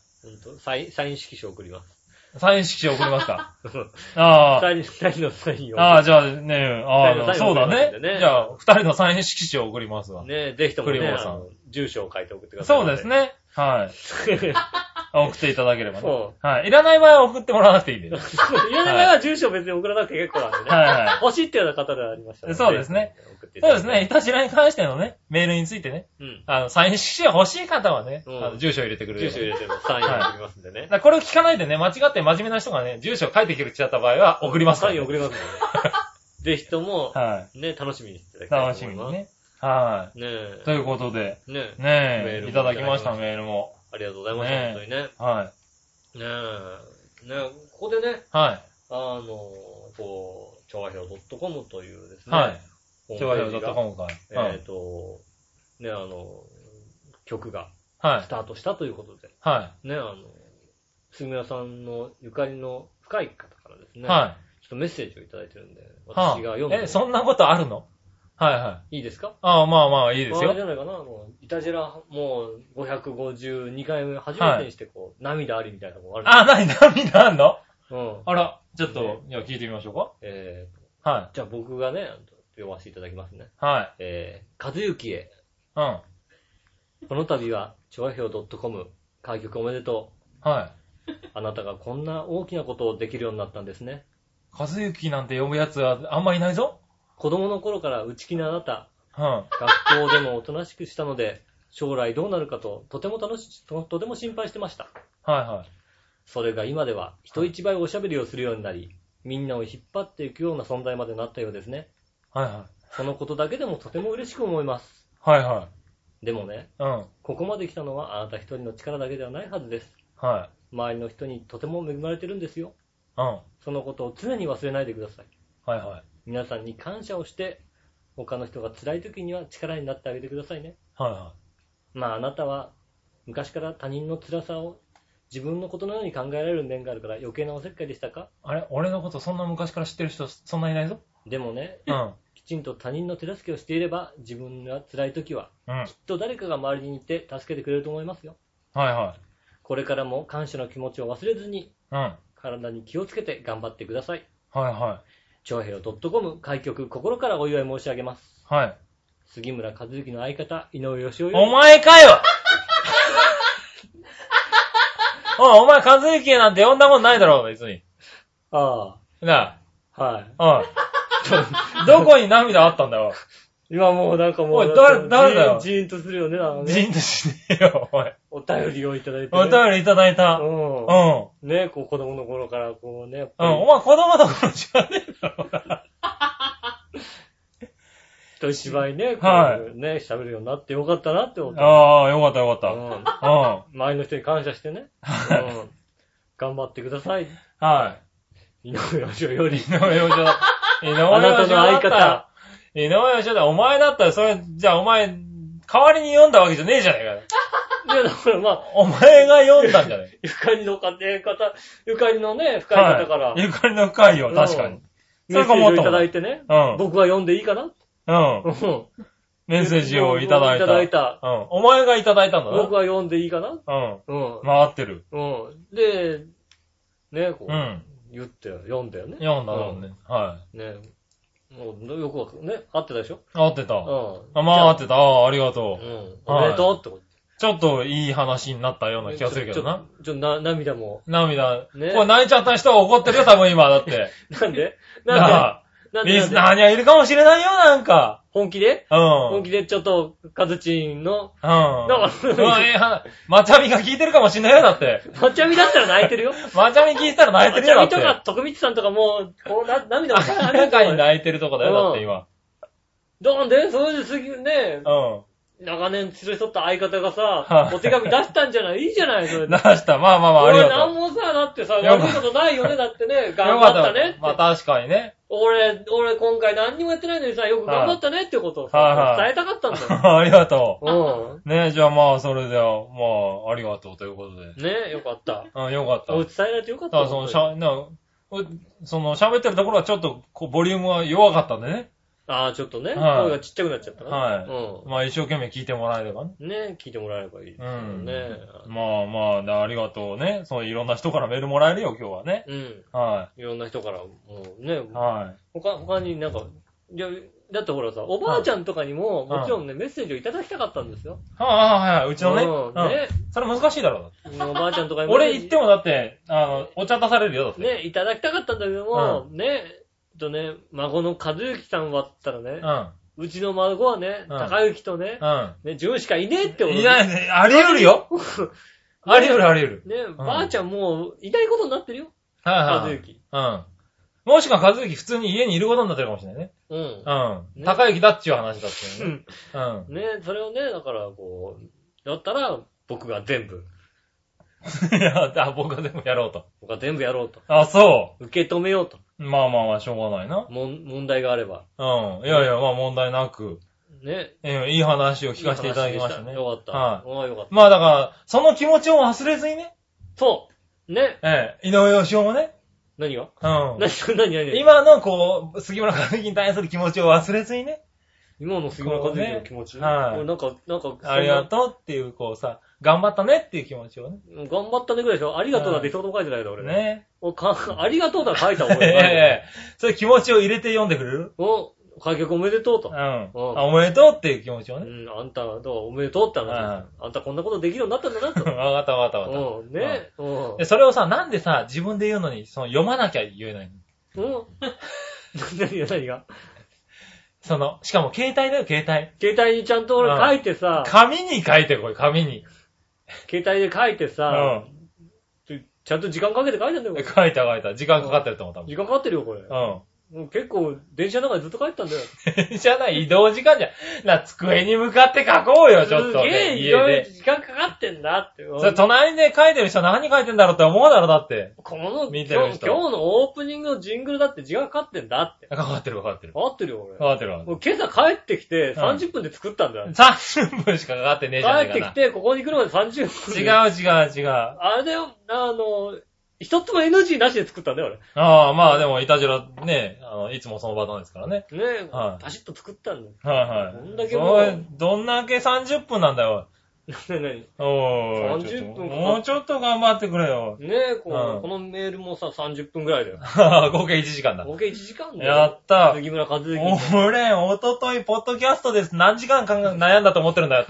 サイン色紙送ります。
サイン色紙送りますかああ。
二人のサインを。
ああ、じゃあね、そうだね。じゃあ、二人のサイン色紙を送りますわ。
ねぜひともね、住所を書いて送ってください。
そうですね。はい。送っていただければね。はい。いらない場合は送ってもらわなくていいんで。い
らない場合は住所別に送らなくて結構なんでね。はい。欲しいっていうような方でありましたね。
そうですね。そうですね。いたしらに関してのね、メールについてね。サイン色紙が欲しい方はね、住所入れてくれる。
住所入れてサインを送りますんでね。
これを聞かないでね、間違って真面目な人がね、住所書いてきちゃった場合は送りますから。
サイン送りますんでね。ぜひとも、ね、楽しみにしていただきたいと思います。
楽しみにね。はい。ねということで、ねいただきましたメールも。
ありがとうございます、本当にね。
はい。
ここでね、
はい。
調和表 .com というですね。はい。
調和表 .com から。
曲が、スタートしたということで。
はい。
ね、杉村さんのゆかりの深い方からですね。
はい。
ちょっとメッセージをいただいてるんで、私が読んで。
そんなことあるのはい。
いいですか
まあ、いいですよ。
じゃないかな。イタジェラ、もう、552回目、初めてにして、こう、涙ありみたいなとこある。
涙あんのあら、ちょっと、聞いてみましょう
か。はい。じゃあ僕がね、読ませていただきますね。
はい。
和幸へ。この度は、調和表 .com、開局おめでと
う。はい。
あなたがこんな大きなことをできるようになったんですね。
和幸なんて呼ぶやつはあんまいないぞ。
子供の頃から内気なあなた、学校でもおとなしくしたので、将来どうなるかととても心配してました。
はい。
それが今では人一倍おしゃべりをするようになり、みんなを引っ張っていくような存在までなったようですね。
はい。
そのことだけでもとても嬉しく思います。
はい。
でもね、ここまで来たのはあなた一人の力だけではないはずです。
はい。
周りの人にとても恵まれてるんですよ。そのことを常に忘れないでください。
はい。
皆さんに感謝をして、他の人が辛い時には力になってあげてくださいね。
はい。
あなたは昔から他人の辛さを自分のことのように考えられる面があるから余計なおせっかいでしたか？
あれ俺のことそんな昔から知ってる人そんないないぞ。
でもね、 ちんと他人の手助けをしていれば、自分が辛い時は、きっと誰かが周りにいて助けてくれると思いますよ。
はいはい。
これからも感謝の気持ちを忘れずに、体に気をつけて頑張ってください。
はいはい。
長平洋 .com 開局心からお祝い申し上げます。
はい。
杉村和之の相方、井上義雄。
お前かよお前和之なんて呼んだことないだろ、別に。
ああ。
な
あ。はい。
どこに涙あったんだよ。
今もうなんかもう。
おい、誰だよ。
ジーンとするよね、
ジーンとしねえよ、おい。
お便りをいただいて、
ね。お便りいただいた。
ね、こう子供の頃からこうね。
お前子供の頃じゃねえだろ。
一芝居ね、
はい。
ね、喋るようになってよかったなって思った。
ああ、よかったよかった。
周りの人に感謝してね。頑張ってください。
はい。
井上義雄より。
井上義雄だ。
あなたの相方。
井上義雄だ。お前だったらそれ、じゃあお前、代わりに読んだわけじゃねえじゃねえかよ。
いや、だからまあ。
お前が読んだんじゃない
ゆかりの方、ゆかりのね、深い方から。
ゆかりの深いよ、確かに。
メッセージをいただいてね。僕は読んでいいかな
メッセージをいただいた。お前がいただいたんだな。
僕は読んでいいかな
回ってる。
で、ね、こう、言って読んだよね。
読んだもんね。はい。
ね。もう、よくわかるね。合ってたでしょ？
合ってた。まあ合ってた。ありがと
う。おめでとうってこと。
ちょっといい話になったような気がするけどな。
涙も。
涙。ね。これ泣いちゃった人は怒ってるよ、多分今、だって。
なんで
リスナーにはいるかもしれないよ、なんか。
本気で本気でちょっと、カズチンの。
まちゃみが聞いてるかもしれないよ、だって。
まちゃみだったら泣いてるよ。
まちゃみ聞いたら泣いてるよ、だって。
まちゃみとか、徳光さんとかもう、こう、涙も
明らかに泣いてるとこだよ、だって今。
なんでそれですぎね。長年連れ添った相方がさ、お手紙出したんじゃない？いいじゃない、それ。
出した。まあ、ありがとう。
俺なんもさ、だってさ、悪いことないよね、だってね。頑張ったねって。
まあ確かにね。
俺今回何にもやってないのにさ、よく頑張ったねってことをさ、伝えたかったんだよ。
ありがとう。ねじゃあまあ、それでは、まあ、ありがとうということで。
ねよかった。
よかった。
伝えられてよかった。
喋ってるところはちょっと、ボリュームは弱かったんでね。
ああ、ちょっとね。声がちっちゃくなっちゃったな。
はい。まあ一生懸命聞いてもらえればね。
ね聞いてもらえればいいですよね。
まあ、ありがとうね。そういろんな人からメールもらえるよ、今日はね。
はい。いろんな人から、もうね。はい。他になんか、だってほらさ、おばあちゃんとかにも、もちろんね、メッセージをいただきたかったんですよ。
はい、うちのね。ね。それ難しいだろう。
おばあちゃんとかにも。
俺言ってもだって、お茶出されるよ、だって。
ね、いただきたかったんだけども、ね、孫の和幸さんはったらね、うちの孫はね、高幸とね、自分しかいねえってこと。
いないね、あり得るよ。あり得る。
ね、ばあちゃんもう、いないことになってるよ。和幸。
もしくは和幸普通に家にいることになってるかもしれないね。高幸だっちゅう話だってね。
ね、それをね、だからこう、だったら、僕が全部。
僕が全部やろうと。
僕が全部やろうと。
あ、そう。
受け止めようと。
まあ、しょうがないな。
問題があれば。
いや、まあ問題なく。
ね。
いい話を聞かせていただきましたね。
よかった。よかった。
まあだから、その気持ちを忘れずにね。
そう。ね。
井上義雄もね。
何が
何今のこう、杉村和之に対する気持ちを忘れずにね。
今の杉村和之の気持ち。
はい。
なんか。
ありがとうっていうこうさ、頑張ったねっていう気持ちをね。
頑張ったねぐらいでしょ。ありがとうなんて一言も書いてないよ、俺。
ね。
ありがとうだ書いた方がいい。
いや。そういう気持ちを入れて読んでくれる？
開局おめでとうと。
おめでとうっていう気持ちをね。
あんた、おめでとうって話。あんたこんなことできるようになったんだなと。
わかった。
ね。
それをさ、なんでさ、自分で言うのに、読まなきゃ言えない
の？何が
しかも携帯だよ、携帯。
携帯にちゃんと俺書いてさ。
紙に書いてこい、紙に。
携帯で書いてさ。ちゃんと時間かけて書いてんだよ。
書いた。時間かかってると思った。
時間かかってるよ、これ。結構、電車の中でずっと書いてたんだよ。
電車ない移動時間じゃ、机に向かって書こうよ、ちょっと。
すげえ、いろいろ時間かかってんだって。
それ隣で書いてる人何書いてんだろうって思うだろ、だって。
今日のオープニングのジングルだって時間かかってんだって。
かかってる。
かかってるよ、俺。
かかってる。
今朝帰ってきて30分で作ったんだよ。
30分しかかかってねえじゃん。
帰ってきて、ここに来るまで30分。
違う。
あれだよ、 一つも NG なしで作ったんだよ、
俺。ああ、まあでも、いたじらね、いつもその場なんですからね。
ねえ、はい、パシッと作ったんだよ。
はいはい。
どんだけもう。
どんだけ30分なんだよ。
何
おー、30分もうちょっと頑張ってくれよ。
ねえ、このメールもさ、30分くらいだよ。
合計1時間だ。
合計1時間だよ。
やった。
杉村和之。
俺、おととい、ポッドキャストです。何時間悩んだと思ってるんだよ、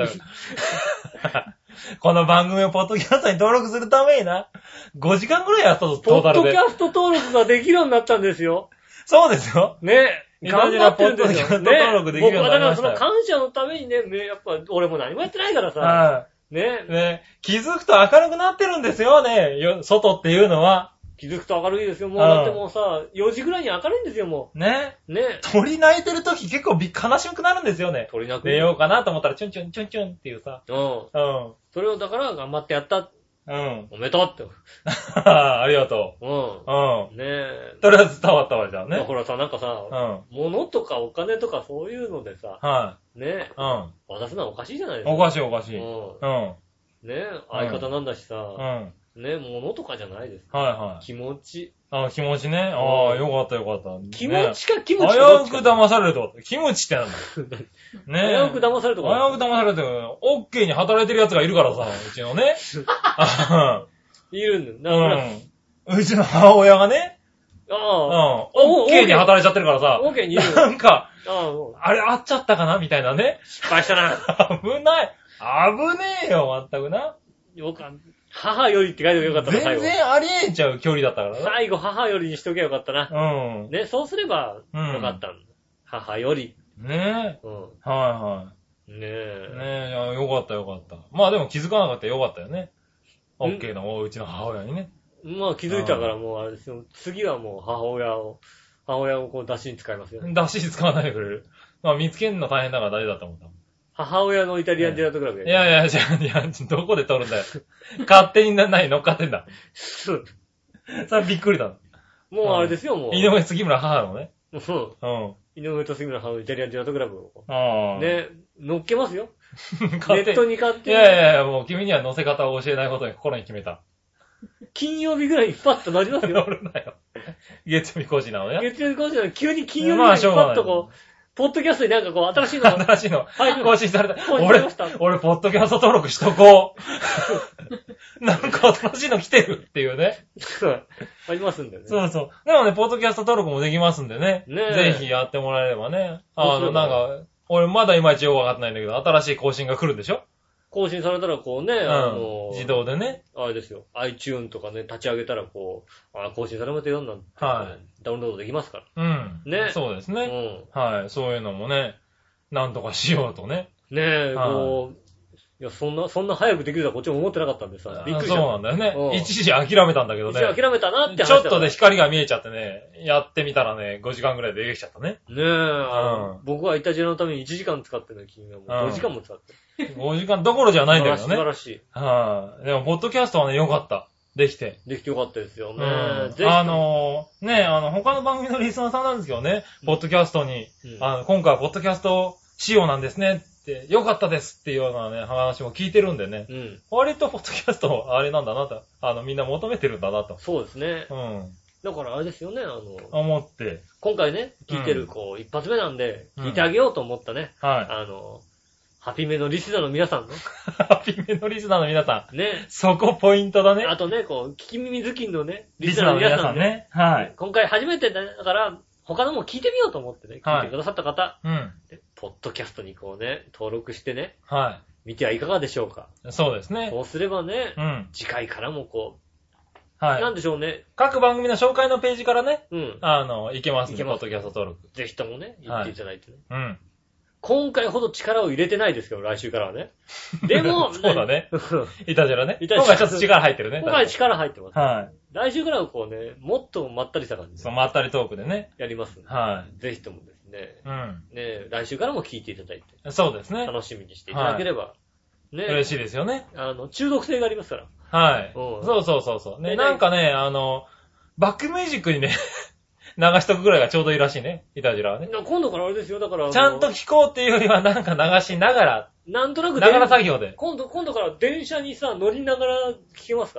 この番組をポッドキャストに登録するためにな、5時間くらいやったぞ、トータルで。
ポッドキャスト登録ができるようになったんですよ。
そうですよ。
ねえ。頑張ってるんですよ。
ポッドキャスト登録できるようになりました。
僕はだからその感謝のためにね、やっぱ俺も何もやってないからさ。
ね気づくと明るくなってるんですよね、外っていうのは。
気づくと明るいですよ。もうだってもうさ、4時ぐらいに明るいんですよ、もう。ね。
鳥鳴いてる時結構悲しくなるんですよね。
鳥鳴く。
寝ようかなと思ったらチュンチュンチュンチュンっていうさ。
それをだから頑張ってやった。おめでとうって。
ありがとう。ねえ。とりあえず伝わったわ、じゃあね。
ほらさ、なんかさ、物とかお金とかそういうのでさ、ねえ。渡すのはおかしいじゃないですか。
おかしいおかしい。
ねえ、相方なんだしさ、ね、物とかじゃないですか。
はいはい。
気持ち。
気持ちね。ああ、よかったよかった。
気持ちかキムチ
か。危うく騙されると。キムチってなんだ。
ね危うく騙されるとか。
危うく騙されると。オッケーに働いてる奴がいるからさ、うちのね。
いるんだよ。
うちの母親がね。オッケーに働いちゃってるからさ。
オッケーにいる。
なんか、あれ、合っちゃったかなみたいなね。
失敗したな。
危ない。危ねえよ、まったくな。
よかった。母よりって書いておけばよかったな、
最後。全然ありえちゃう距離だったからね。
最後、母よりにしとけばよかったな。ね、そうすればよかったんだ。母より。
ねえ。はいはい。ねえ、よかったよかった。まあでも気づかなかったらよかったよね。オッケーのうちの母親にね。
まあ気づいたからもうあれですよ。次はもう母親をこう出しに使いますよ。
出しに使わないでくれる。まあ見つけるの大変だから大丈夫だと思った。
母親のイタリアンジェラートクラブ
いや、どこで撮るんだよ。勝手に乗っかってんだ。それびっくりだ。
もうあれですよ、もう。
井上杉村母のね。
井上と杉村母のイタリアンジェラートクラブを。ね、乗っけますよ。ネットに勝手に。
いや、もう君には乗せ方を教えないことに心に決めた。
金曜日ぐらいにパッと乗りますよ。
乗るなよ。月曜日更新なのね。
月曜日更新なの急に金曜日ぐらいにパッとこう、ポッドキャストになんかこう、新しいの。
更新された。俺、ポッドキャスト登録しとこう。なんか新しいの来てるっていうね。
ありますんでね。
そうそう。でもね、ポッドキャスト登録もできますんでね。ぜひやってもらえればね。なんか、俺まだいまいちよくわかってないんだけど、新しい更新が来るんでしょ？
更新されたらこうね、
自動でね。
あれですよ。iTune とかね、立ち上げたらこう、更新されましたよ、なんて。ダウンロードできますから。ね。
そうですね。はい。そういうのもね、なんとかしようとね。
ねえ、こう、いや、そんな早くできるとはこっちも思ってなかったんでさ、びっくりした。
そうなんだよね。一時諦めたんだけどね。
一時諦めたなって話。
ちょっとで光が見えちゃってね、やってみたらね、5時間くらいでできちゃったね。
ねえ、僕はイタジラのために1時間使ってるのに君はもう5時間も使って。
5時間どころじゃないんだけどね。
素晴らしい。
でも、ポッドキャストはね、良かった。できて
よかったですよね。
他の番組のリスナーさんなんですけどね、ポッドキャストに、今回はポッドキャスト仕様なんですねって、良かったですっていうようなね、話も聞いてるんでね。割とポッドキャストあれなんだなと、みんな求めてるんだなと。
そうですね。だからあれですよね、
思って。
今回ね、聞いてる、一発目なんで、聞いてあげようと思ったね。ハピメのリスナーの皆さんね。
ハピメのリスナーの皆さん。
ね。
そこポイントだね。
あとね、聞き耳好きのね、リスナーの皆さんね。今回初めてだから、他のも聞いてみようと思ってね、聞いてくださった方。ポッドキャストに登録してね。見てはいかがでしょうか。
そうですね。
そうすればね、次回からも
なん
でしょうね。
各番組の紹介のページからね、いけますね、ポッドキャスト登録。
ぜひともね、言っていただいてね。今回ほど力を入れてないですけど、来週からはね。でも、
そうだね。いたじらね。今回ちょっと力入ってるね。
今回力入ってます。来週からはもっとまったりした感じ。
そう、まったりトークでね。
やります。ぜひともですね。来週からも聞いていただいて。
そうですね。
楽しみにしていただければ。
嬉しいですよね。
中毒性がありますから。
そう。ね、なんかね、バックミュージックにね、流しとくぐらいがちょうどいいらしいね。いたじらはね。
今度からあれですよ、だから。
ちゃんと聞こうっていうよりはなんか流しながら。
なんとなく。
ながら作業で。
今度から電車にさ、乗りながら聞けますから。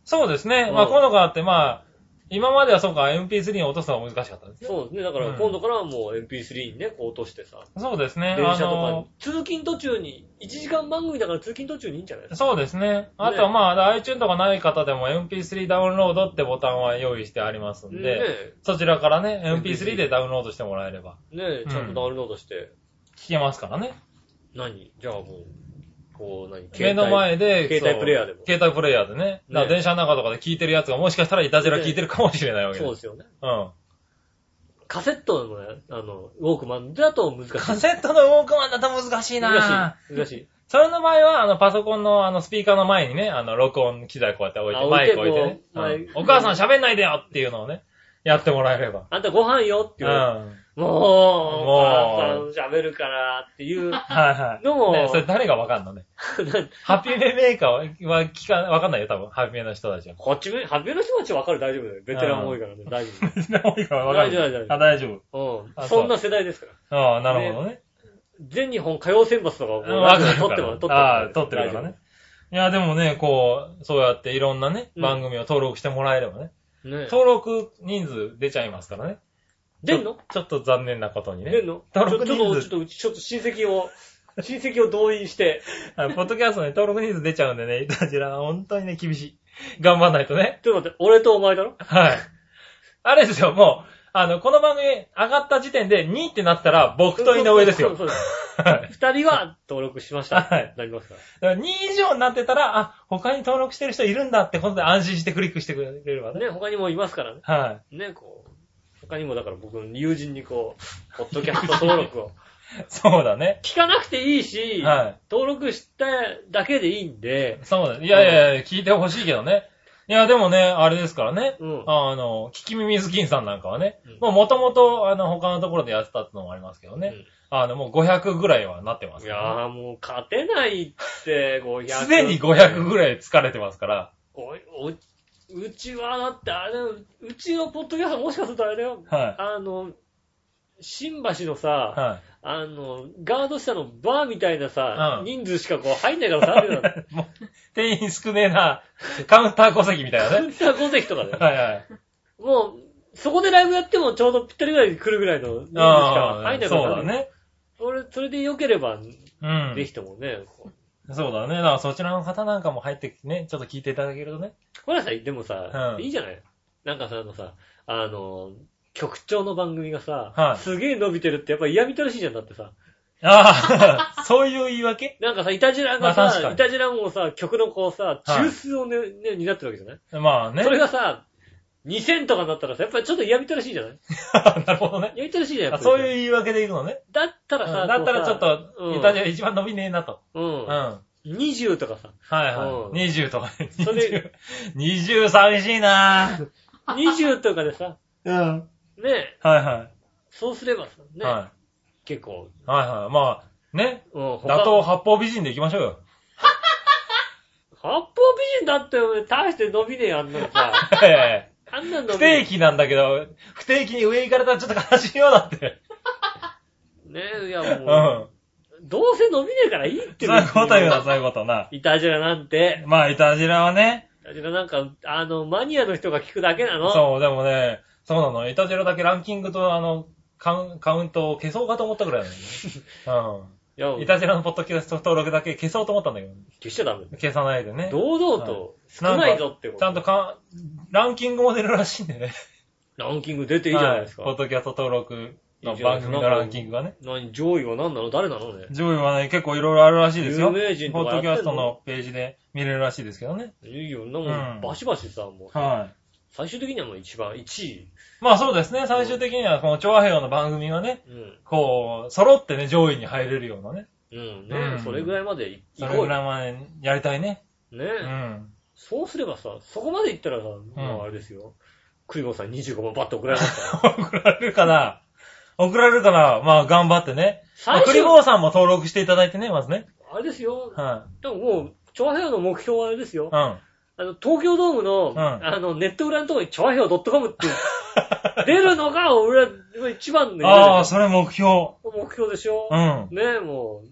そうですね。まあ、今度からって、まあ、今まではそうか、MP3 に落とすのが難しかったんですね。
そうですね。だから今度からはもう MP3 にね、こう落としてさ。
そうですね。
電車とかに。通勤途中に、1時間番組だから通勤途中にいいんじゃないですか。
そうですね。あとはまあ、iTunes とかない方でも MP3 ダウンロードってボタンは用意してありますんで、そちらからね、MP3 でダウンロードしてもらえれば。
ねちゃんとダウンロードして。
聞けますからね。
何じゃあもう。こう
目の前で、
携帯プレイヤーでも。
携帯プレイヤーでね。だから電車の中とかで聞いてるやつがもしかしたらイタジラ聞いてるかもしれないわけ
そうですよね。
うん。
カセットのね、ウォークマンだと難しい。
カセットのウォークマンだと難しいな
難しい。
それの場合は、パソコンのスピーカーの前にね、録音機材こうやって置いて、マイク置いてね。お母さん喋んないでよっていうのをね、やってもらえれば。
あんたご飯よっていう。もう、お母さん喋るからっていう。
はいはい。ね、それ誰がわかんのね。ハッピーメーカーはわかんないよ、多分。ハッピーメの人たちは。
ハッピーメの人たちはわかる大丈夫だよ。ベテラン多いからね。大丈夫。ベテラン多い
からわかる。大丈
夫。うん。そんな世代ですか
ら。ああ、なるほどね。
全日本歌謡選抜とかを撮ってる
からね。いや、でもね、こう、そうやっていろんなね、番組を登録してもらえればね。登録人数出ちゃいますからね。
出んの？
ちょっと残念なことにね。
出んの？登録人数。ちょっと親戚を動員して。
ポッドキャストに登録人数出ちゃうんでね、イタジラは本当にね、厳しい。頑張んないとね。
ちょっと待って、俺とお前だろ？
はい。あれですよ、もう、この番組上がった時点で2ってなったら僕と井上ですよ。
そうです。2人は登録しました。はい。なりますから。
2以上になってたら、他に登録してる人いるんだってことで安心してクリックしてくれればね。
ね、他にもいますからね。
はい。
ね、他にもだから僕の友人にポッドキャスト登録を。
そうだね。
聞かなくていいし、はい、登録しただけでいいんで。
そうだね。いや、聞いてほしいけどね。いや、でもね、あれですからね。聞き耳ズキンさんなんかはね、もともと、他のところでやってたってのもありますけどね。もう500ぐらいはなってます、
ね。いやーもう勝てないって、500。
すでに500ぐらい疲れてますから。
うちは、だってあれ、うちのポッドキャストもしかするとあれだよ。
はい。
新橋のさ、はい、ガード下のバーみたいなさ、人数しか入んないからさ、
もう店員少ねえな、カウンター5席みたいなね。
カウンター5席とかで。
はいはい。
もう、そこでライブやってもちょうどぴったりぐらいに来るぐらいの人数しか入んないから。
そうだね。
それで良ければ、ぜひともね。
そうだね。だからそちらの方なんかも入ってきてね、ちょっと聞いていただけるとね。
これはさ、でもさ、いいじゃない？なんかさ、局長の番組がさ、すげえ伸びてるってやっぱ嫌みたらしいじゃんだってさ。
ああ、そういう言い訳？
なんかさ、イタジラがさ、イタジラもさ、曲の中枢をね、担ってるわけじゃない？
まあね。
それがさ、2000とかになったらさ、やっぱりちょっと嫌みたらしいじゃない
なるほどね。
嫌みたらしいじゃん。
そういう言い訳でいくのね。
だったらさ、
だったらちょっと、イタジラ一番伸びねえなと。
20とかさ。
はいはい。20とか。20寂しいなぁ。
20とかでさ。
うん。
ねえ。
はいはい。
そうすればさ、ね。
はい。
結構。
はいはい。まあ、ね。打倒八方美人で行きましょうよ。
八方美人だって、大して伸びねえあんなのさ。あんなの
不定期なんだけど、不定期に上行かれたらちょっと悲しいよだって。
ねえ、いやもう。どうせ伸びねえからいいって
そういうこと言うな、そういうことな。
イタジラなんて。
まあ、イタジラはね。
イタジラなんか、マニアの人が聞くだけなの。
そう、でもね、そうなの。イタジラだけランキングとカウントを消そうかと思ったぐらいなのね。うん。イタジラのポッドキャスト登録だけ消そうと思ったんだけど。
消しちゃダメ。
消さないでね。
堂々と、少ないぞってこと。
ちゃんとランキングも出るらしいんでね。
ランキング出ていいじゃないですか。
ポッドキャスト登録の番組のランキングがね。
上位は何なの？誰なのね。
上位はね、結構いろいろあるらしいですよ。
有名人とか
ポッドキャストのページで見れるらしいですけどね。
いいよ、バシバシさ、もう。
はい。
最終的にはもう一番1位。
まあそうですね。最終的にはこの調和平和の番組がね、こう、揃ってね、上位に入れるようなね。
ね、それぐらいまで
それぐらいまでやりたいね。
ね。そうすればさ、そこまでいったらさ、もうあれですよ。クリボーさん25万バッと送られますから。
送られるかな？まあ頑張ってね。クリボーさんも登録していただいてね、まずね。
あれですよ。
はい。
でももう、調和平和の目標はあれですよ。東京ドームの、ネット裏のところに調和平和 .com って出るのが、俺は一番の。
ああ、それ目標。
目標でしょ。ねえ、もう。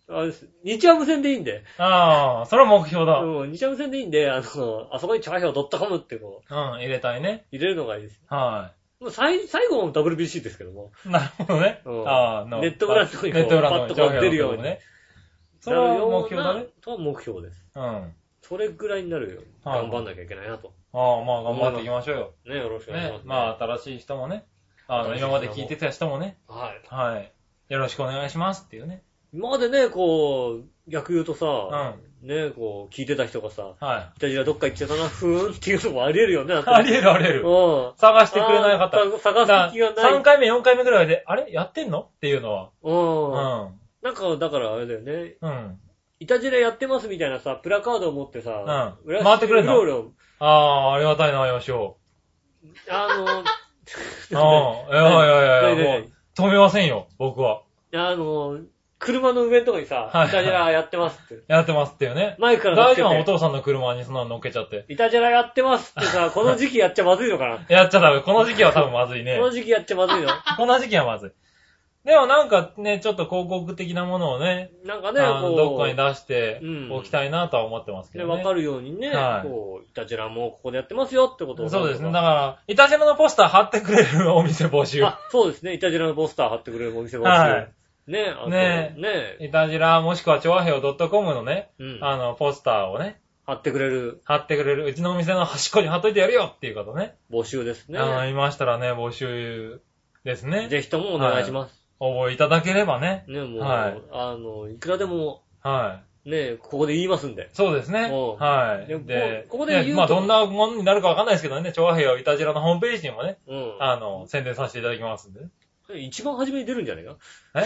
あれです。日ハム戦でいいんで。
ああ、それは目標だ。
日ハム戦でいいんで、あそこにチョアヘオ .com ってこ
う。入れたいね。
入れるのがいいです。
はい。
もう最後も WBC ですけども。
なるほどね。
ネットブランドにパッと出るように。ね。
それは目標だね。
それは目標です。
うん。
それぐらいになるよ。頑張んなきゃいけないなと。
まあ頑張っていきましょうよ。
ね、よろしくお願いします。
ね、まあ新しい人もね。今まで聞いてた人もね。
はい。
はい。よろしくお願いしますっていうね。
今までね、逆言うとさ、ね、聞いてた人がさ、いたじらどっか行っちゃったな、ふーんっていうのもあり得るよね。
あり得る。探してくれない方。
探す気がない。
3回目、4回目ぐらいで、あれやってんのっていうの
は。なんか、だからあれだよね。いたじらやってますみたいなさ、プラカードを持ってさ、
回ってくれるの？ありがたいな、よしお。いや、もう、止めませんよ、僕は。
車の上のとこにさ、イタジラやってますって。
やってますってよね。
前から
大丈夫、お父さんの車にそんなの乗っけちゃって。
イタジラやってますってさ、この時期やっちゃまずいのかな。
やっちゃダメ。この時期は多分まずいね。
この時期やっちゃまずいの。
この時期はまずい。でもなんかね、ちょっと広告的なものをね、
なんかね、
どっかに出しておきたいなとは思ってますけどね。
わかるようにね、イタジラもここでやってますよってことを。
そうですね。だから、イタジラのポスター貼ってくれるお店募集。
そうですね。イタジラのポスター貼ってくれるお店募集。ね
イタジラもしくはチョアヘオ .com のね、ポスターをね、
貼ってくれる。
うちのお店の端っこに貼っといてやるよっていう方ね。
募集ですね。
いましたらね、募集ですね。
ぜひともお願いします。
応募いただければね。
ね、もう、いくらでも、ね、ここで言いますんで。
そうですね。はい。
で、ここで言うと。
まあ、どんなものになるかわかんないですけどね、チョアヘオイタジラのホームページにもね、宣伝させていただきますんで。
一番初めに出るんじゃないか？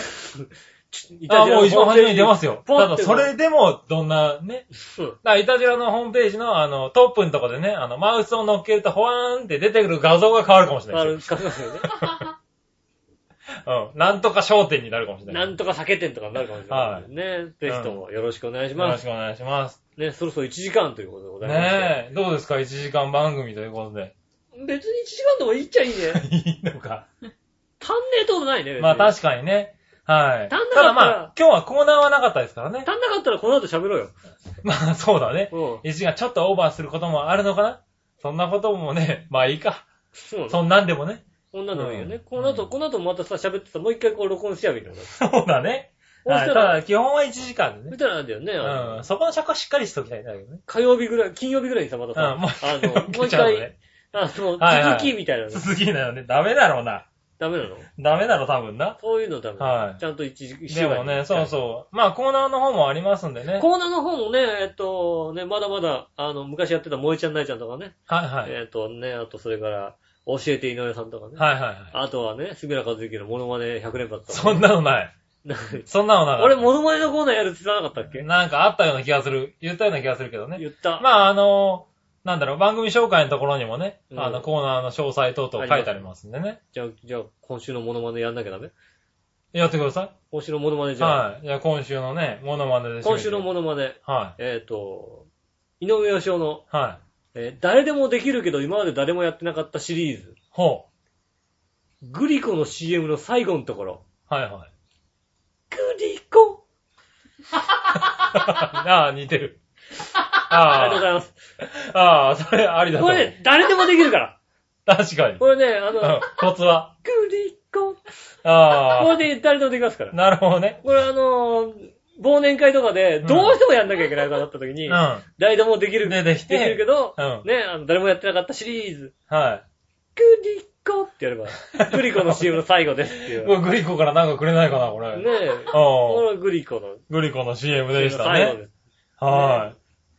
もう一番初めに出ますよ。ただ、それでも、どんなね。イタジラのホームページの、トップのとこでね、マウスを乗っけると、ほわーんって出てくる画像が変わるかもしれないです。
変わるかもしれないね。
なんとか商店になるかもしれない。
なんとか酒店とかになるかもしれない。ね。ぜひともよろしくお願いします。
よろしくお願いします。
ね、そろそろ1時間ということでございます。
ねえ、どうですか ?1 時間番組ということで。
別に1時間でもいいっちゃいいね。
いいのか。
足んねえってことないね。
まあ確かにね。はい。
足んなかったら。
ただまあ、今日はコーナーはなかったですからね。
足んなかったらこの後喋ろうよ。
まあそうだね。1時間ちょっとオーバーすることもあるのかな。そんなこともね、まあいいか。そんなんでもね。
こんなのもいいよね。この後またさ、喋ってさ、もう一回録音しちゃうみたいな。
そうだね。ただ、基本は1時間でね。
みたいなんだよね。
そこの尺はしっかりしときたいんだけどね。
金曜日ぐらいにさ、またさ、もう一回、続きみたいな。
続きだよね。ダメだろうな。
ダメなの？
ダメだろ、多分な。
そういうのダメ。はい。ちゃんと一時
でもね、そうそう。まあ、コーナーの方もありますんでね。
コーナーの方もね、まだまだ、昔やってた萌えちゃんないちゃんとかね。
はいはい。
あとそれから、教えて井上さんとかね。
はいはいはい。
あとはね、杉村和之のモノマネ100連発とか。
そんなのない。そんなのなかった。
俺モノマネのコーナーやるって言わなかったっけ？
なんかあったような気がする。言ったような気がするけどね。
言った。
まあなんだろう、番組紹介のところにもね、コーナーの詳細等々書いてありますんでね。
じゃあ、今週のモノマネやんなきゃダメ？
やってください。
今週のモノマネじゃあ。
はい。じゃあ今週のね、モノマネです。
今週のモノマネ。
はい。
井上義雄の、
はい。
誰でもできるけど今まで誰もやってなかったシリーズ。
ほ
う。グリコの CM の最後のところ。
はいはい。
グリコ
ああ、似てる。
ありがとうございます。
ああ、それありだと。
これね、誰でもできるから。
確かに。
これね、
コツは
グリコ。
ああ。
これで誰でもできますから。
なるほどね。
これ忘年会とかで、どうしてもやんなきゃいけないかなった時に、誰でもできる。
できる
けど、ね、誰もやってなかったシリーズ。
はい。
グリコってやれば、グリコの CM の最後ですっていう。
グリコからなんかくれないかな、これ。
ねえ。これはグリコの
CM でしたね。
最後です。
はい。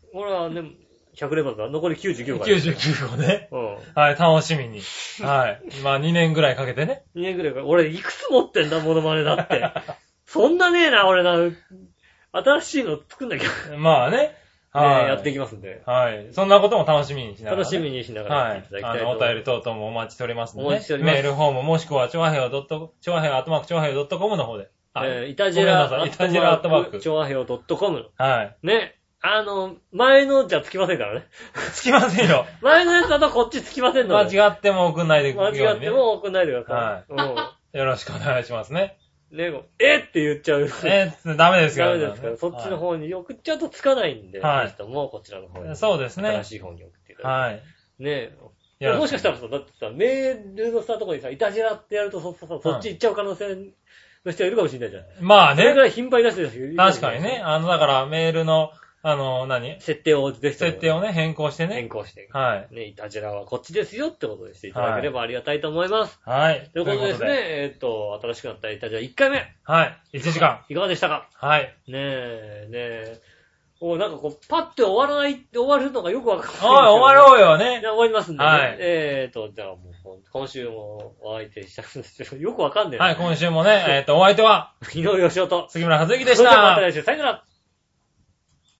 これはね、100レバーだ。残り99個。
99個ね。はい、楽しみに。はい。まあ2年ぐらいかけてね。
2年ぐらいかけて。俺いくつ持ってんだ、モノマネだって。そんなねえな、俺な。新しいの作んなきゃ。
まあね。
はい。やっていきますんで。
はい。そんなことも楽しみにしながら。
楽しみにしながらやっていただきたいと思います。
お便り等々もお待ちしておりますので。
お待ちしております。
メールフォームもしくは、ちょわへよ.com の方で。
イタジラ
@
ちょわへよ.com。
はい。
ね。前のじゃつきませんからね。
つきませんよ。
前のやつだとこっちつきませんので。
間違っても送んないでください。
間違っても送んないでくださ
い。はい。よろしくお願いしますね。
ね、って言っちゃう。
ダメですよ。
ダメですから、そっちの方に送っちゃうとつかないんで、はい。ぜひともこちらの方に。
そうですね。
新しい方に送っていただいて。
はい。
ねもしかしたらさ、だってさ、メールのさ、とこにさ、いたじらってやるとそっち行っちゃう可能性の人いるかもしれないじゃん。まあね。それぐらい頻繁に出してる人
確かにね。だからメールの、
設定を
ね、変更してね。
変更して。
はい。
ね、いたじらはこっちですよってことにしていただければありがたいと思います。
はい。
ということでですね、新しくなったいたじら1回目。
はい。1時間。
いかがでしたか？
はい。
ねえ。なんかこう、パッて終わるのがよくわかんない。
終わろうよね。
終わりますんでね。
はい。
じゃあもう、今週もお相手したんですけど、よくわかんない。
はい、今週もね、お相手は、
井上義雄と、
杉村和之でした。
それではまた来週、さよなら。